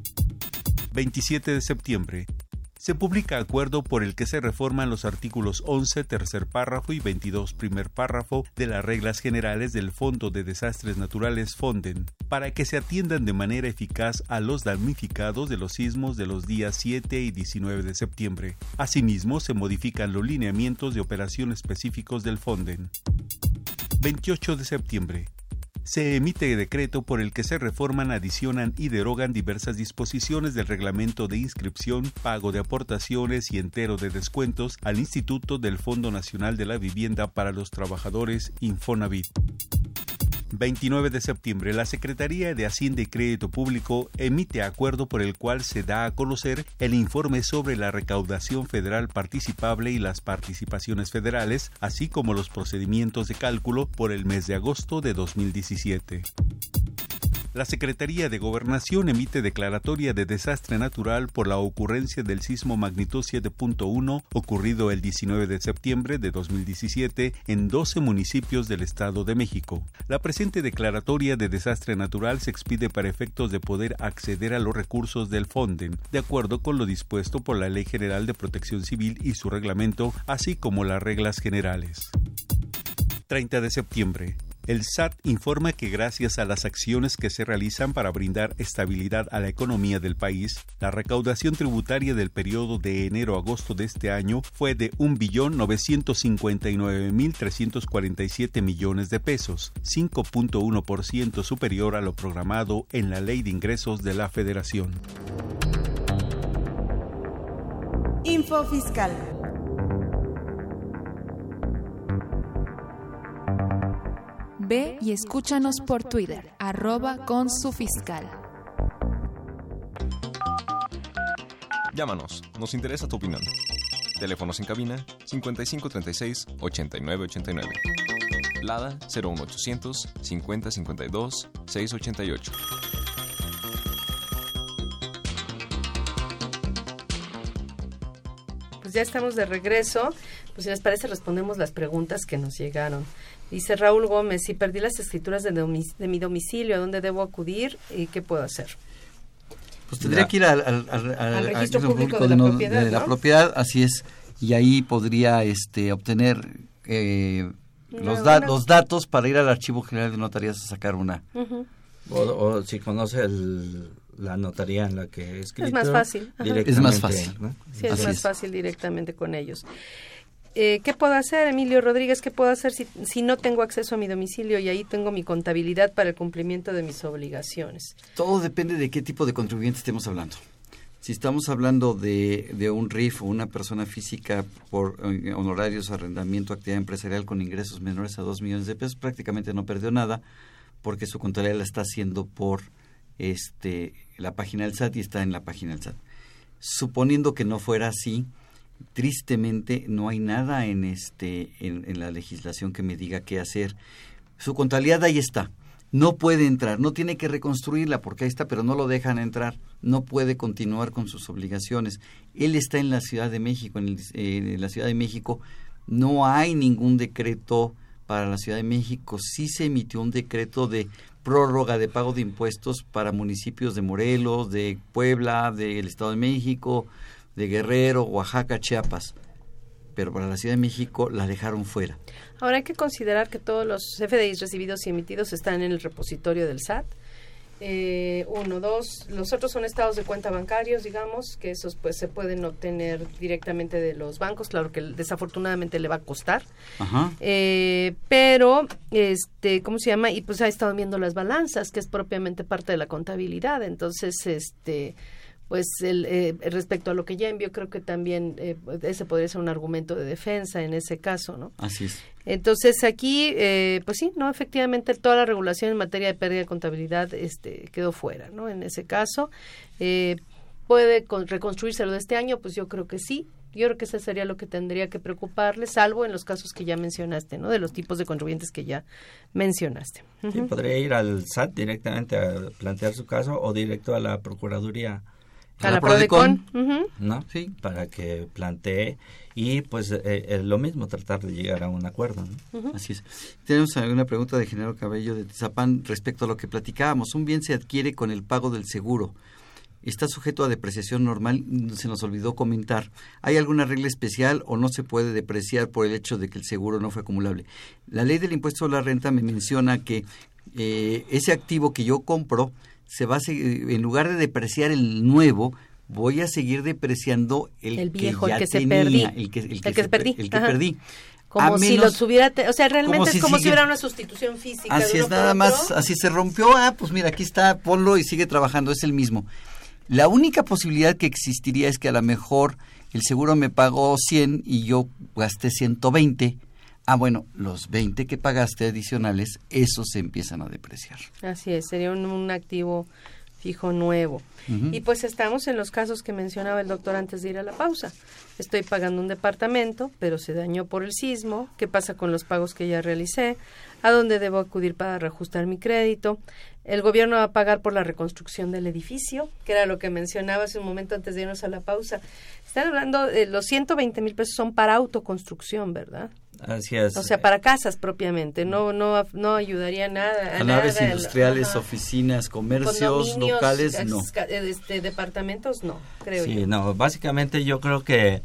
27 de septiembre. Se publica acuerdo por el que se reforman los artículos 11, tercer párrafo y 22, primer párrafo de las reglas generales del Fondo de Desastres Naturales FONDEN, para que se atiendan de manera eficaz a los damnificados de los sismos de los días 7 y 19 de septiembre. Asimismo, se modifican los lineamientos de operación específicos del FONDEN. 28 de septiembre. Se emite decreto por el que se reforman, adicionan y derogan diversas disposiciones del reglamento de inscripción, pago de aportaciones y entero de descuentos al Instituto del Fondo Nacional de la Vivienda para los Trabajadores Infonavit. 29 de septiembre, la Secretaría de Hacienda y Crédito Público emite acuerdo por el cual se da a conocer el informe sobre la recaudación federal participable y las participaciones federales, así como los procedimientos de cálculo por el mes de agosto de 2017. La Secretaría de Gobernación emite declaratoria de desastre natural por la ocurrencia del sismo magnitud 7.1 ocurrido el 19 de septiembre de 2017 en 12 municipios del Estado de México. La presente declaratoria de desastre natural se expide para efectos de poder acceder a los recursos del FONDEN, de acuerdo con lo dispuesto por la Ley General de Protección Civil y su reglamento, así como las reglas generales. 30 de septiembre. El SAT informa que gracias a las acciones que se realizan para brindar estabilidad a la economía del país, la recaudación tributaria del periodo de enero a agosto de este año fue de 1.959.347 millones de pesos, 5.1% superior a lo programado en la Ley de Ingresos de la Federación. Info Fiscal. Ve y escúchanos por Twitter, @consufiscal. Llámanos, nos interesa tu opinión. Teléfonos en cabina 5536-8989. Lada 01800 5052 688. Pues ya estamos de regreso. Pues si les parece respondemos las preguntas que nos llegaron. Dice Raúl Gómez, si perdí las escrituras de mi domicilio, ¿a dónde debo acudir y qué puedo hacer? Pues tendría que ir al registro público de la propiedad, así es, y ahí podría obtener los datos para ir al Archivo General de Notarías a sacar una. O si conoce la notaría en la que he escrito. Es más fácil. Es más fácil. ¿no? Sí, es más fácil directamente con ellos. ¿Qué puedo hacer, Emilio Rodríguez? ¿Qué puedo hacer si no tengo acceso a mi domicilio y ahí tengo mi contabilidad para el cumplimiento de mis obligaciones? Todo depende de qué tipo de contribuyente estemos hablando. Si estamos hablando de un RIF o una persona física por honorarios, arrendamiento, actividad empresarial con ingresos menores a 2 millones de pesos, prácticamente no perdió nada porque su contabilidad la está haciendo por la página del SAT y está en la página del SAT. Suponiendo que no fuera así, tristemente no hay nada en la legislación que me diga qué hacer. Su contabilidad ahí está. No puede entrar, no tiene que reconstruirla porque ahí está, pero no lo dejan entrar. No puede continuar con sus obligaciones. Él está en la Ciudad de México. En la Ciudad de México no hay ningún decreto para la Ciudad de México. Sí se emitió un decreto de prórroga de pago de impuestos para municipios de Morelos, de Puebla, del Estado de México, de Guerrero, Oaxaca, Chiapas. Pero para la Ciudad de México la dejaron fuera. Ahora hay que considerar que todos los FDIs recibidos y emitidos están en el repositorio del SAT. 1, 2, los otros son estados de cuenta bancarios, digamos, que esos pues se pueden obtener directamente de los bancos, claro que desafortunadamente le va a costar. Ajá. Pero, ¿cómo se llama? Y pues ha estado viendo las balanzas, que es propiamente parte de la contabilidad, entonces, pues respecto a lo que ya envió, creo que también ese podría ser un argumento de defensa en ese caso, ¿no? Así es. Entonces aquí, pues sí, no, efectivamente toda la regulación en materia de pérdida de contabilidad quedó fuera, ¿no? En ese caso, ¿puede reconstruirse lo de este año? Pues yo creo que sí. Yo creo que eso sería lo que tendría que preocuparle, salvo en los casos que ya mencionaste, ¿no? De los tipos de contribuyentes que ya mencionaste. Sí, podría ir al SAT directamente a plantear su caso o directo a la Procuraduría. A la Prodecon. ¿No? Sí. Para que plantee y pues lo mismo, tratar de llegar a un acuerdo, ¿no? Así es. Tenemos alguna pregunta de Genaro Cabello de Tizapán respecto a lo que platicábamos. Un bien se adquiere con el pago del seguro. Está sujeto a depreciación normal, se nos olvidó comentar. ¿Hay alguna regla especial o no se puede depreciar por el hecho de que el seguro no fue acumulable? La ley del impuesto a la renta me menciona que ese activo que yo compro se va a seguir, en lugar de depreciar el nuevo, voy a seguir depreciando el viejo, que ya tenía, el que perdí. Como si lo tuviera, o sea, realmente es como si hubiera una sustitución física. Así es, nada más, así se rompió, pues mira, aquí está, ponlo y sigue trabajando, es el mismo. La única posibilidad que existiría es que a lo mejor el seguro me pagó 100 y yo gasté 120. Bueno, los 20 que pagaste adicionales, esos se empiezan a depreciar. Así es, sería un activo fijo nuevo. Y pues estamos en los casos que mencionaba el doctor antes de ir a la pausa. Estoy pagando un departamento, pero se dañó por el sismo. ¿Qué pasa con los pagos que ya realicé? ¿A dónde debo acudir para reajustar mi crédito? El gobierno va a pagar por la reconstrucción del edificio, que era lo que mencionaba hace un momento antes de irnos a la pausa. Están hablando de los 120,000 pesos son para autoconstrucción, ¿verdad? Así es. O sea, para casas propiamente, no ayudaría nada. A naves industriales, oficinas, comercios, locales, no. Departamentos, no, creo yo. Sí, no, básicamente yo creo que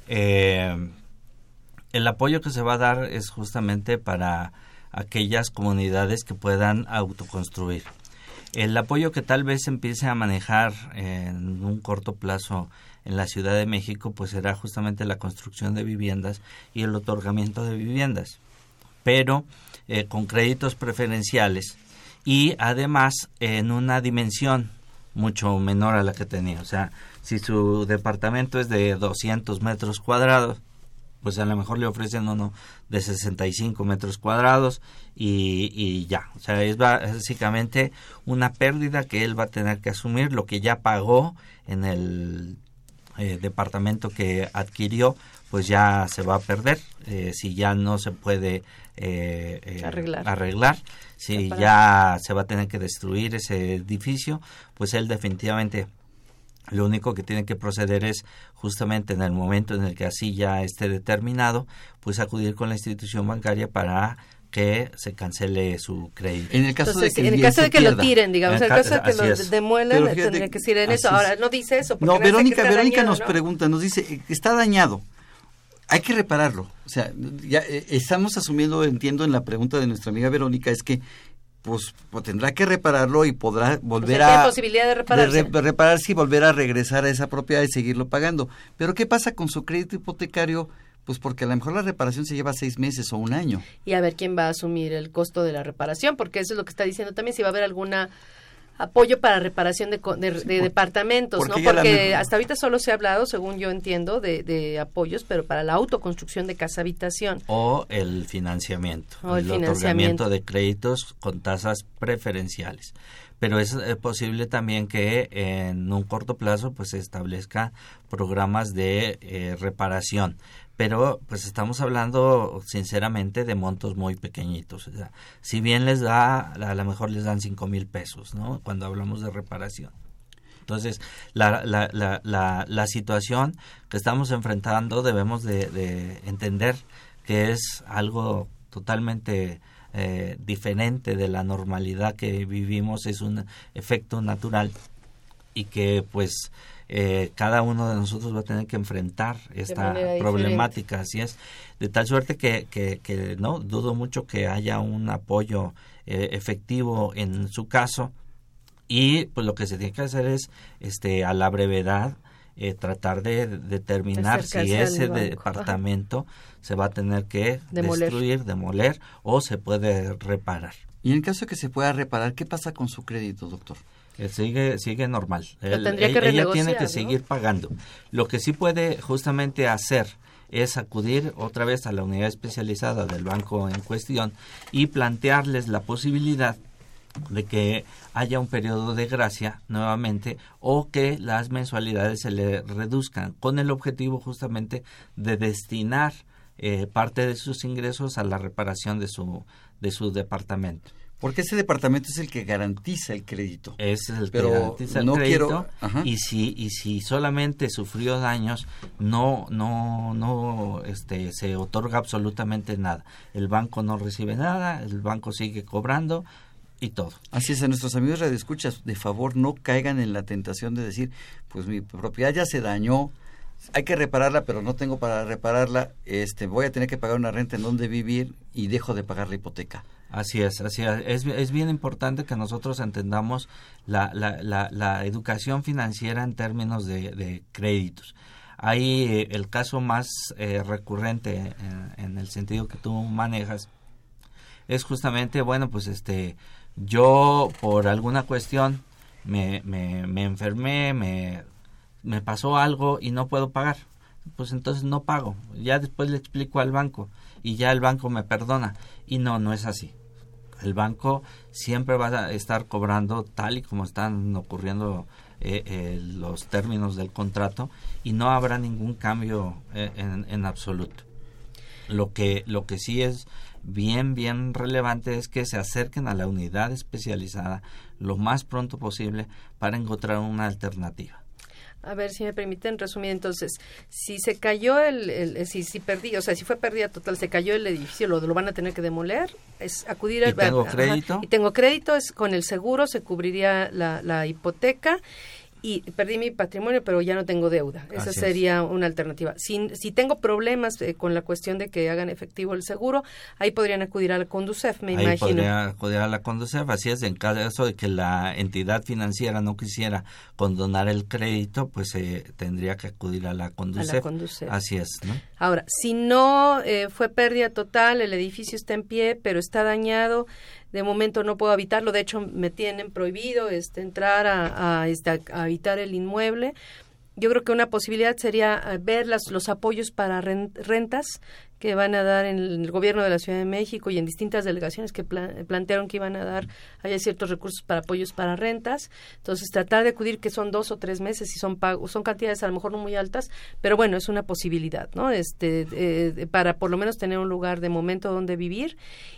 el apoyo que se va a dar es justamente para aquellas comunidades que puedan autoconstruir. El apoyo que tal vez empiece a manejar en un corto plazo en la Ciudad de México, pues será justamente la construcción de viviendas y el otorgamiento de viviendas, pero con créditos preferenciales y además en una dimensión mucho menor a la que tenía. O sea, si su departamento es de 200 metros cuadrados, pues a lo mejor le ofrecen uno de 65 metros cuadrados y ya. O sea, es básicamente una pérdida que él va a tener que asumir, lo que ya pagó en el departamento que adquirió, pues ya se va a perder. Si ya no se puede arreglar, si ya se va a tener que destruir ese edificio, pues él definitivamente lo único que tiene que proceder es justamente en el momento en el que así ya esté determinado, pues acudir con la institución bancaria para que se cancele su crédito. En el caso Entonces, de que lo tiren, digamos, en el caso de que lo demuelan, tendría que decir en eso. Ahora, no dice eso. No, Verónica nos pregunta, nos dice, está dañado, hay que repararlo. O sea, ya estamos asumiendo, entiendo en la pregunta de nuestra amiga Verónica, es que pues tendrá que repararlo y podrá volver ¿tiene posibilidad de repararse? Repararse y volver a regresar a esa propiedad y seguirlo pagando. Pero ¿qué pasa con su crédito hipotecario? Pues porque a lo mejor la reparación se lleva 6 meses o 1 año. Y a ver quién va a asumir el costo de la reparación, porque eso es lo que está diciendo también, si va a haber alguna apoyo para reparación de departamentos, ¿no? Porque hasta ahorita solo se ha hablado, según yo entiendo, de apoyos, pero para la autoconstrucción de casa-habitación. O el financiamiento, el otorgamiento de créditos con tasas preferenciales. Pero es posible también que en un corto plazo pues se establezca programas de reparación. Pero pues estamos hablando sinceramente de montos muy pequeñitos. O sea, si bien les da, a lo mejor les dan 5,000 pesos, ¿no? Cuando hablamos de reparación. Entonces, la situación que estamos enfrentando debemos de entender que es algo totalmente diferente de la normalidad que vivimos, es un efecto natural y que pues cada uno de nosotros va a tener que enfrentar esta problemática, así es, de tal suerte que no dudo mucho que haya un apoyo efectivo en su caso, y pues lo que se tiene que hacer es a la brevedad tratar de determinar si ese departamento se va a tener que demoler o se puede reparar. Y en el caso de que se pueda reparar, ¿qué pasa con su crédito, doctor? Sigue normal. Ella tiene que seguir pagando. Lo que sí puede justamente hacer es acudir otra vez a la unidad especializada del banco en cuestión y plantearles la posibilidad de que haya un periodo de gracia nuevamente o que las mensualidades se le reduzcan, con el objetivo justamente de destinar parte de sus ingresos a la reparación de su departamento. Porque ese departamento es el que garantiza el crédito. Es el que garantiza el crédito. Y si solamente sufrió daños, no se otorga absolutamente nada. El banco no recibe nada, el banco sigue cobrando y todo. Así es, a nuestros amigos radioescuchas, de favor no caigan en la tentación de decir, pues mi propiedad ya se dañó, hay que repararla, pero no tengo para repararla, voy a tener que pagar una renta en donde vivir y dejo de pagar la hipoteca. Así es. Es bien importante que nosotros entendamos la educación financiera en términos de créditos. Hay el caso más recurrente en el sentido que tú manejas, es justamente, yo por alguna cuestión me enfermé, me pasó algo y no puedo pagar, pues entonces no pago, ya después le explico al banco y ya el banco me perdona, y no es así. El banco siempre va a estar cobrando tal y como están ocurriendo los términos del contrato, y no habrá ningún cambio en absoluto. Lo que sí es bien relevante es que se acerquen a la unidad especializada lo más pronto posible para encontrar una alternativa. A ver, si me permiten resumir, entonces, si se cayó si fue pérdida total, se cayó el edificio, lo van a tener que demoler, es acudir al banco. Y tengo crédito, es con el seguro se cubriría la hipoteca, y perdí mi patrimonio, pero ya no tengo deuda. Esa sería una alternativa. Si tengo problemas con la cuestión de que hagan efectivo el seguro, ahí podrían acudir a la Conducef, me imagino. Ahí podrían acudir a la Conducef, así es. En caso de que la entidad financiera no quisiera condonar el crédito, pues tendría que acudir a la Conducef. Así es, ¿no? Ahora, si no fue pérdida total, el edificio está en pie, pero está dañado, de momento no puedo habitarlo, de hecho me tienen prohibido entrar a habitar el inmueble. Yo creo que una posibilidad sería ver los apoyos para rentas que van a dar en el gobierno de la Ciudad de México y en distintas delegaciones que plantearon que iban a dar, haya ciertos recursos para apoyos para rentas. Entonces tratar de acudir, que son 2 o 3 meses y son cantidades a lo mejor no muy altas, pero bueno, es una posibilidad, ¿no? Para por lo menos tener un lugar de momento donde vivir.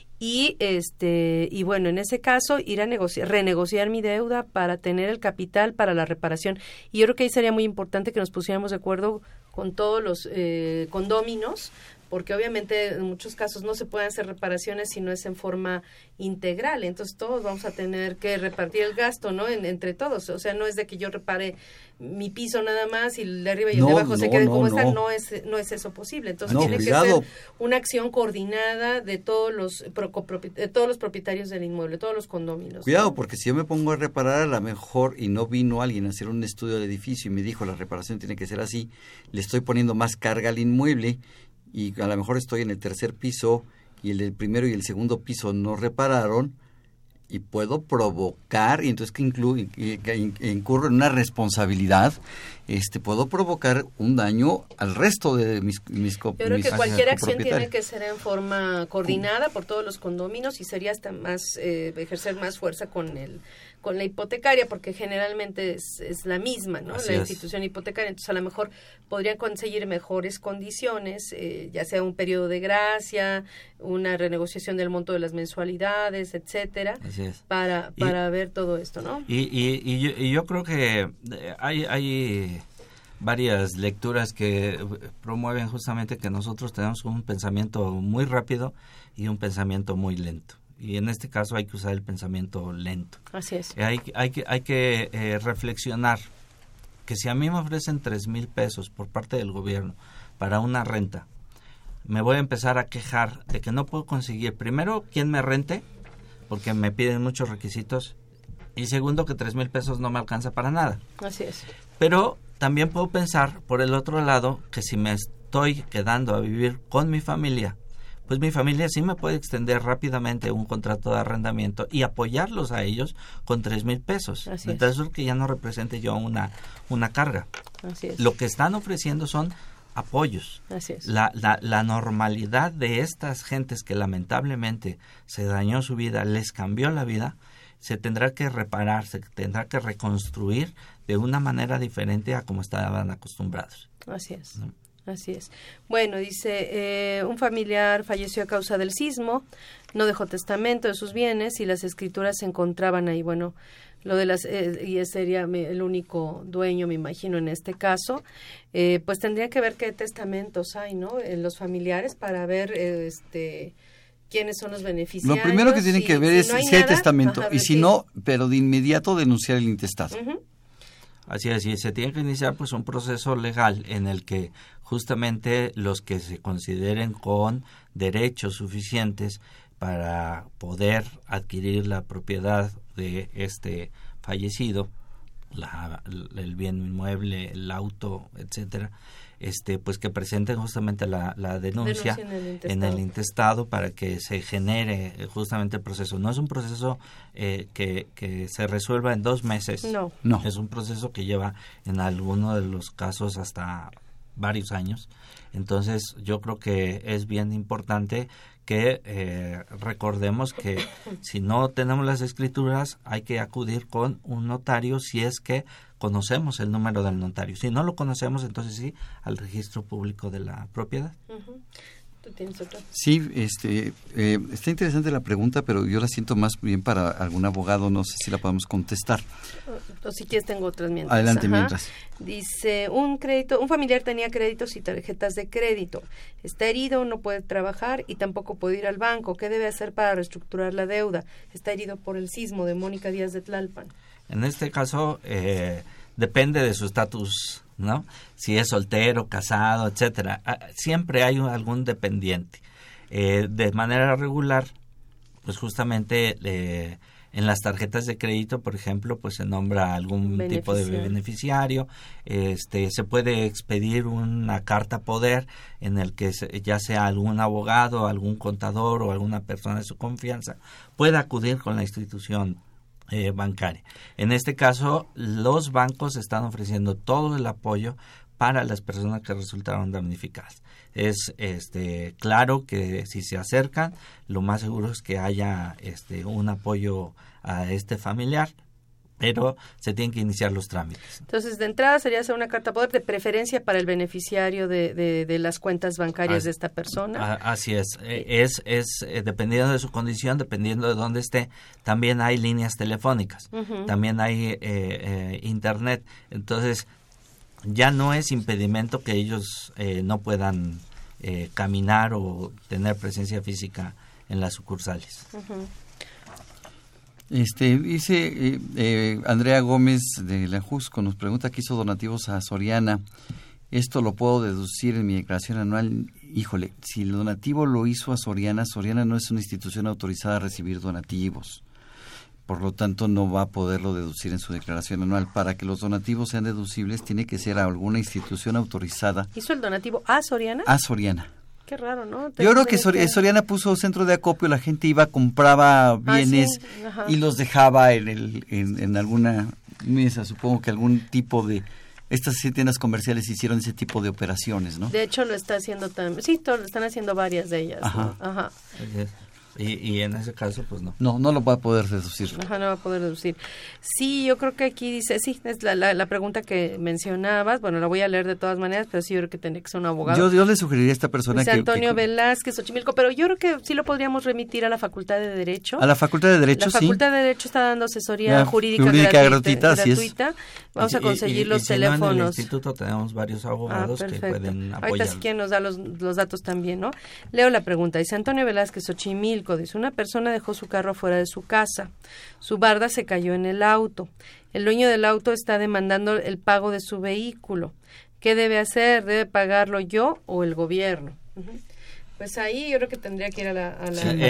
Y bueno, en ese caso ir a renegociar mi deuda para tener el capital para la reparación. Y yo creo que ahí sería muy importante que nos pusiéramos de acuerdo con todos los condóminos, porque obviamente en muchos casos no se pueden hacer reparaciones si no es en forma integral, entonces todos vamos a tener que repartir el gasto, ¿no? Entre todos, o sea, no es de que yo repare mi piso nada más y el de arriba y el de abajo se queden como están, no es eso posible, entonces tiene que ser una acción coordinada de todos los propietarios del inmueble, todos los condóminos. Cuidado, ¿no? porque si yo me pongo a reparar a lo mejor y no vino alguien a hacer un estudio del edificio y me dijo la reparación tiene que ser así, le estoy poniendo más carga al inmueble y a lo mejor estoy en el tercer piso y el del primero y el segundo piso no repararon y puedo provocar, y entonces que incurro en una responsabilidad, puedo provocar un daño al resto de mis Yo creo que cualquier acción tiene que ser en forma coordinada por todos los condóminos y sería hasta más ejercer más fuerza con la hipotecaria, porque generalmente es la misma, ¿no? La institución hipotecaria, entonces a lo mejor podrían conseguir mejores condiciones, ya sea un periodo de gracia, una renegociación del monto de las mensualidades, etcétera, para ver todo esto, ¿no? Y yo creo que hay varias lecturas que promueven justamente que nosotros tenemos un pensamiento muy rápido y un pensamiento muy lento. Y en este caso hay que usar el pensamiento lento. Así es. Hay que reflexionar que si a mí me ofrecen 3,000 pesos por parte del gobierno para una renta, me voy a empezar a quejar de que no puedo conseguir, primero, quien me rente, porque me piden muchos requisitos, y segundo, que 3,000 pesos no me alcanza para nada. Así es. Pero también puedo pensar, por el otro lado, que si me estoy quedando a vivir con mi familia, pues mi familia sí me puede extender rápidamente un contrato de arrendamiento y apoyarlos a ellos con 3,000 pesos. Así Entonces, que ya no represente yo una carga. Así es. Lo que están ofreciendo son apoyos. Así es. La normalidad de estas gentes que lamentablemente se dañó su vida, les cambió la vida, se tendrá que reparar, se tendrá que reconstruir de una manera diferente a como estaban acostumbrados. Así es. ¿No? Así es. Bueno, dice, un familiar falleció a causa del sismo, no dejó testamento de sus bienes y las escrituras se encontraban ahí. Bueno, lo de las y sería el único dueño, me imagino, en este caso. Pues tendría que ver qué testamentos hay, ¿no? En los familiares para ver, quiénes son los beneficiarios. Lo primero que tienen que ver es si hay testamento y si sí. no, pero de inmediato denunciar el intestado. Uh-huh. Así es, y se tiene que iniciar pues un proceso legal en el que justamente los que se consideren con derechos suficientes para poder adquirir la propiedad de este fallecido, el bien inmueble, el auto, etcétera, pues que presenten justamente la denuncia en el intestado para que se genere justamente el proceso. No es un proceso que se resuelva en 2 meses. No. Es un proceso que lleva en alguno de los casos hasta varios años. Entonces yo creo que es bien importante que recordemos que si no tenemos las escrituras hay que acudir con un notario si es que conocemos el número del notario. Si no lo conocemos, entonces sí, al registro público de la propiedad. Uh-huh. ¿Tú tienes otra? Sí, está interesante la pregunta, pero yo la siento más bien para algún abogado, no sé si la podemos contestar. O si quieres tengo otras mientras. Adelante, mientras. Dice, un familiar tenía créditos y tarjetas de crédito. Está herido, no puede trabajar y tampoco puede ir al banco. ¿Qué debe hacer para reestructurar la deuda? Está herido por el sismo, de Mónica Díaz de Tlalpan. En este caso, depende de su estatus, ¿no? Si es soltero, casado, etcétera. Siempre hay algún dependiente. De manera regular, pues justamente en las tarjetas de crédito, por ejemplo, pues se nombra algún tipo de beneficiario. Se puede expedir una carta poder en el que ya sea algún abogado, algún contador o alguna persona de su confianza pueda acudir con la institución bancaria. En este caso, los bancos están ofreciendo todo el apoyo para las personas que resultaron damnificadas. Es claro que si se acercan, lo más seguro es que haya un apoyo a este familiar, pero se tienen que iniciar los trámites. Entonces, de entrada sería hacer una carta poder de preferencia para el beneficiario de las cuentas bancarias de esta persona. Así es. Dependiendo de su condición, dependiendo de dónde esté, también hay líneas telefónicas, uh-huh. También hay internet. Entonces, ya no es impedimento que ellos no puedan caminar o tener presencia física en las sucursales. Dice Andrea Gómez de la Jusco, nos pregunta que hizo donativos a Soriana. Esto lo puedo deducir en mi declaración anual. Híjole, si el donativo lo hizo a Soriana, Soriana no es una institución autorizada a recibir donativos. Por lo tanto, no va a poderlo deducir en su declaración anual. Para que los donativos sean deducibles, tiene que ser a alguna institución autorizada. ¿Hizo el donativo a Soriana? A Soriana. Qué raro, ¿no? Yo creo que Soriana puso centro de acopio, la gente iba, compraba bienes y los dejaba en alguna mesa. Supongo que algún tipo de... Estas tiendas comerciales hicieron ese tipo de operaciones, ¿no? De hecho, lo está haciendo también. Sí, están haciendo varias de ellas. Ajá. ¿No? Ajá. Y en ese caso, pues no. No lo va a poder deducir. Ajá, no va a poder deducir. Sí, yo creo que aquí dice, sí, es la pregunta que mencionabas. Bueno, la voy a leer de todas maneras, pero sí yo creo que tendría que ser un abogado. Yo le sugeriría a esta persona dice Antonio Velázquez, Xochimilco, pero yo creo que sí lo podríamos remitir a la Facultad de Derecho. A la Facultad de Derecho, sí. La Facultad de Derecho está dando asesoría jurídica gratuita. Vamos a conseguir los teléfonos. En el instituto tenemos varios abogados que pueden apoyar. Ahorita si quieren nos da los datos también, ¿no? Leo la pregunta. Dice Antonio Velázquez, Xochimilco, dice, una persona dejó su carro afuera de su casa. Su barda se cayó en el auto. El dueño del auto está demandando el pago de su vehículo. ¿Qué debe hacer? ¿Debe pagarlo yo o el gobierno? Pues ahí yo creo que tendría que ir a la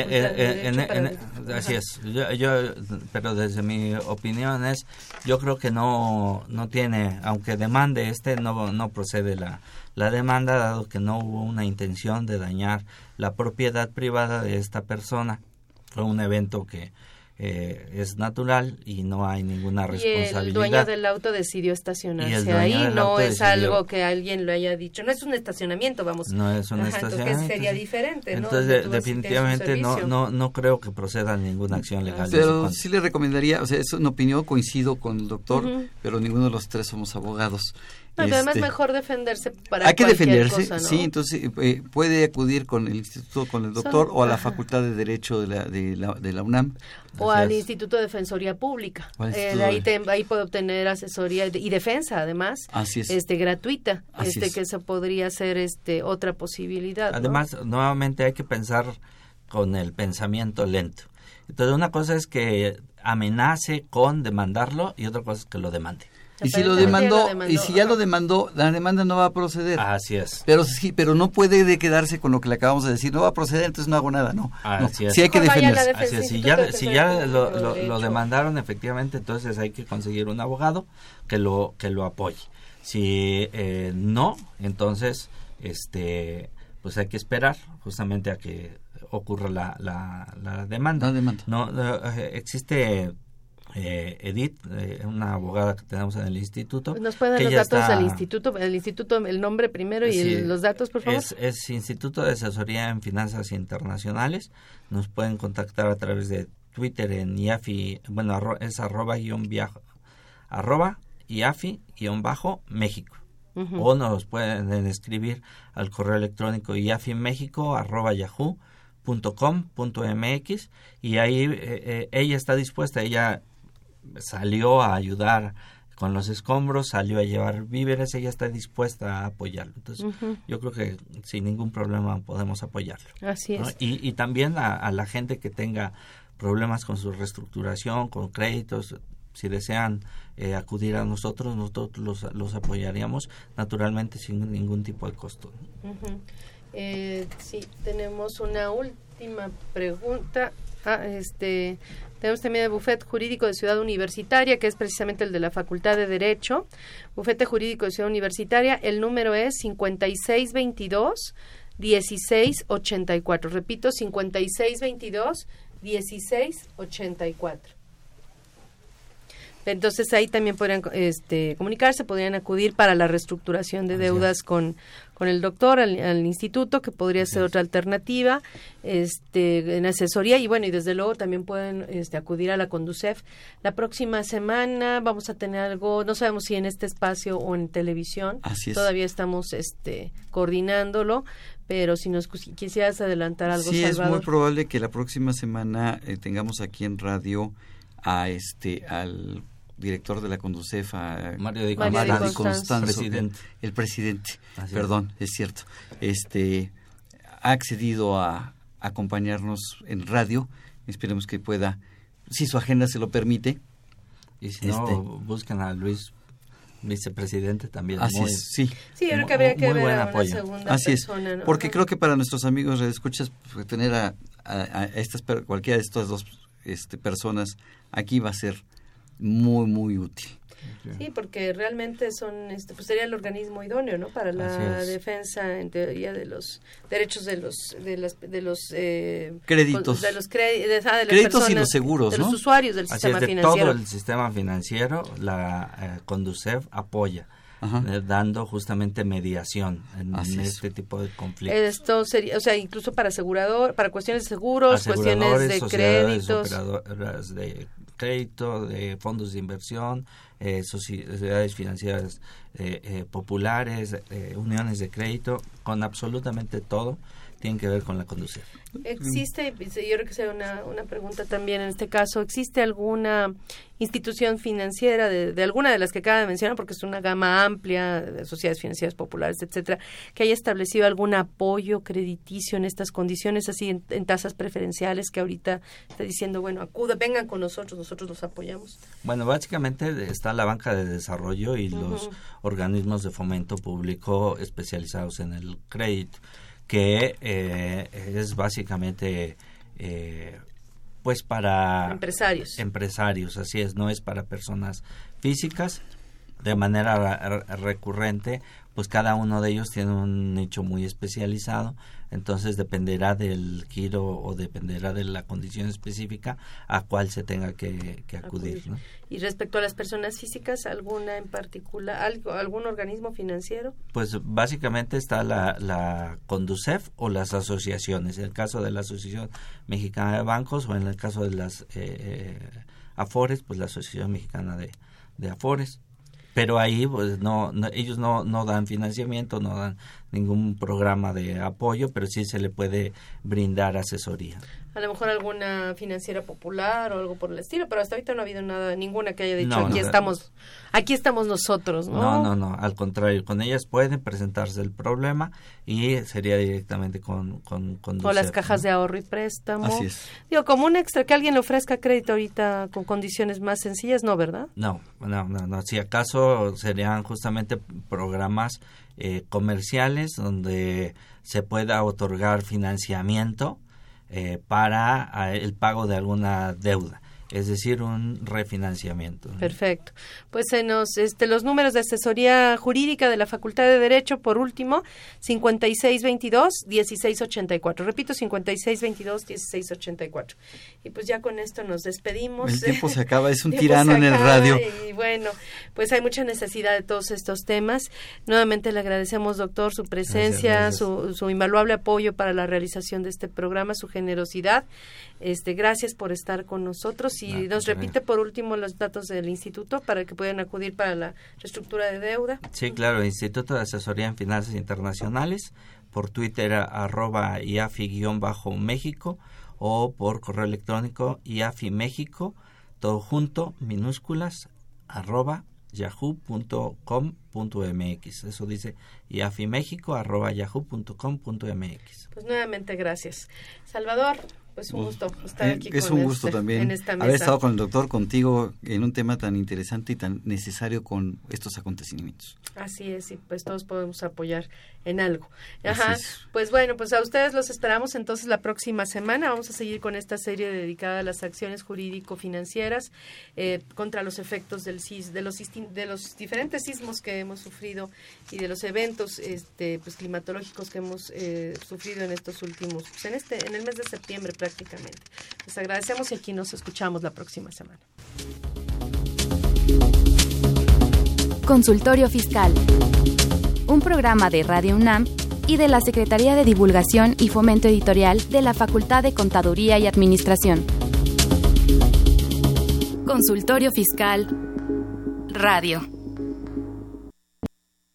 así es. Pero desde mi opinión yo creo que no tiene, aunque demande no procede la demanda, dado que no hubo una intención de dañar la propiedad privada de esta persona. Fue un evento que es natural y no hay ninguna responsabilidad. Y el dueño del auto decidió estacionarse ahí, no es algo que alguien lo haya dicho, no es un estacionamiento, vamos. No es un estacionamiento. Entonces sería diferente, ¿no? Entonces definitivamente no creo que proceda ninguna acción legal. Pero sí le recomendaría, o sea, es una opinión, coincido con el doctor, pero ninguno de los tres somos abogados. No, pero además mejor defenderse para hay que defenderse, cosa, ¿no? Sí, entonces puede acudir con el instituto, con el doctor o a la Facultad de Derecho de la UNAM. O al Instituto de Defensoría Pública. Ahí puede obtener asesoría y defensa, además. Así es. Gratuita. Que eso podría ser otra posibilidad, ¿no? Además, nuevamente hay que pensar con el pensamiento lento. Entonces, una cosa es que amenace con demandarlo y otra cosa es que lo demande. Y si lo demandó, y si ya lo demandó, la demanda no va a proceder. Así es. Pero no puede quedarse con lo que le acabamos de decir, no va a proceder, entonces no hago nada, no. Así es. Sí hay que defenderse. Así es. Si ya lo demandaron efectivamente, entonces hay que conseguir un abogado que lo apoye. Si no, entonces pues hay que esperar justamente a que ocurra la demanda. No existe Edith, una abogada que tenemos en el instituto. ¿Nos pueden dar los datos del instituto? El instituto, el nombre primero y los datos, por favor. Es Instituto de Asesoría en Finanzas Internacionales. Nos pueden contactar a través de Twitter en IAFI, es @IAFI_México. O nos pueden escribir al correo electrónico iafimexico@yahoo.com.mx y ahí ella está dispuesta, ella salió a ayudar con los escombros, salió a llevar víveres, ella está dispuesta a apoyarlo. Entonces, yo creo que sin ningún problema podemos apoyarlo. Así es. ¿No? Y también a la gente que tenga problemas con su reestructuración, con créditos, si desean acudir a nosotros los apoyaríamos naturalmente sin ningún tipo de costo. Sí, tenemos una última pregunta. Tenemos también el Bufete Jurídico de Ciudad Universitaria, que es precisamente el de la Facultad de Derecho. Bufete Jurídico de Ciudad Universitaria, el número es 5622-1684. Repito, 5622-1684. Entonces ahí también podrían comunicarse, podrían acudir para la reestructuración de deudas con el doctor al instituto, que podría ser otra alternativa, en asesoría, y bueno, y desde luego también pueden acudir a la Conducef. La próxima semana vamos a tener algo, no sabemos si en este espacio o en televisión. Así es. Todavía estamos coordinándolo, pero si nos quisieras adelantar algo, sí, Salvador. Es muy probable que la próxima semana tengamos aquí en radio al director de la Conducef, Mario Di Constanzo, presidente. El presidente, Así perdón, es cierto. ha accedido a acompañarnos en radio. Esperemos que pueda, si su agenda se lo permite. Y si no, buscan a Luis, vicepresidente también. Así es, sí. Sí, yo creo que habría que ver a una apoyo. segunda Así persona. es, ¿no? porque creo que para nuestros amigos escuchas, pues, tener a cualquiera de estas dos personas aquí va a ser muy, muy útil. Sí, porque realmente son, pues sería el organismo idóneo, ¿no? Para la defensa, en teoría, de los derechos de los créditos, de los créditos personas, y los seguros, de ¿no? los usuarios del sistema financiero. Todo el sistema financiero, la Conducef apoya. Dando justamente mediación en este tipo de conflictos. Esto sería, o sea, incluso para para cuestiones de seguros, cuestiones de créditos, operadoras de crédito, de fondos de inversión, sociedades financieras populares, uniones de crédito, con absolutamente todo tienen que ver con la Conducef. ¿Existe, yo creo que sea una pregunta también en este caso, ¿existe alguna institución financiera de alguna de las que acaba de mencionar, porque es una gama amplia de sociedades financieras populares, etcétera, que haya establecido algún apoyo crediticio en estas condiciones, así en tasas preferenciales, que ahorita está diciendo, bueno, vengan con nosotros los apoyamos? Bueno, básicamente está la banca de desarrollo y los organismos de fomento público especializados en el crédito, que es básicamente pues para empresarios, así es, no es para personas físicas. De manera recurrente, pues cada uno de ellos tiene un nicho muy especializado, entonces dependerá del giro o dependerá de la condición específica a cuál se tenga que acudir, ¿no? Y respecto a las personas físicas, ¿alguna en particular, algún organismo financiero? Pues básicamente está la Conducef o las asociaciones, en el caso de la Asociación Mexicana de Bancos, o en el caso de las Afores, pues la Asociación Mexicana de Afores. Pero ahí pues ellos no dan financiamiento, no dan ningún programa de apoyo, pero sí se le puede brindar asesoría. A lo mejor alguna financiera popular o algo por el estilo, pero hasta ahorita no ha habido ninguna que haya dicho aquí estamos nosotros, ¿no? No, al contrario, con ellas pueden presentarse el problema y sería directamente con las cajas de ahorro y préstamo. Así es. Digo, como un extra que alguien le ofrezca crédito ahorita con condiciones más sencillas, ¿no, verdad? No, si acaso serían justamente programas comerciales donde se pueda otorgar financiamiento para el pago de alguna deuda, es decir, un refinanciamiento. Perfecto. Pues los números de asesoría jurídica de la Facultad de Derecho, por último, 5622-1684. Repito, 5622-1684. Y pues ya con esto nos despedimos. El tiempo se acaba, es un tirano en el radio. Y bueno, pues hay mucha necesidad de todos estos temas. Nuevamente le agradecemos, doctor, su presencia, gracias. Su invaluable apoyo para la realización de este programa, su generosidad. Gracias por estar con nosotros. Y nos repite por último los datos del instituto para que puedan acudir para la reestructura de deuda. Sí, claro, Instituto de Asesoría en Finanzas Internacionales, por Twitter @IAFI_México o por correo electrónico IAFIMéxico, todo junto, minúsculas, @yahoo.com.mx. Eso dice IAFIMéxico @yahoo.com.mx. Pues nuevamente gracias. Salvador, pues un gusto estar aquí es un gusto también en esta mesa. Haber estado con el doctor, contigo, en un tema tan interesante y tan necesario con estos acontecimientos. Así es, y pues todos podemos apoyar en algo. Pues bueno, pues a ustedes los esperamos entonces la próxima semana. Vamos a seguir con esta serie dedicada a las acciones jurídico-financieras contra los efectos del de los diferentes sismos que hemos sufrido y de los eventos pues climatológicos que hemos sufrido en estos últimos, pues en el mes de septiembre prácticamente. Les agradecemos y aquí nos escuchamos la próxima semana. Consultorio Fiscal, un programa de Radio UNAM y de la Secretaría de Divulgación y Fomento Editorial de la Facultad de Contaduría y Administración. Consultorio Fiscal Radio.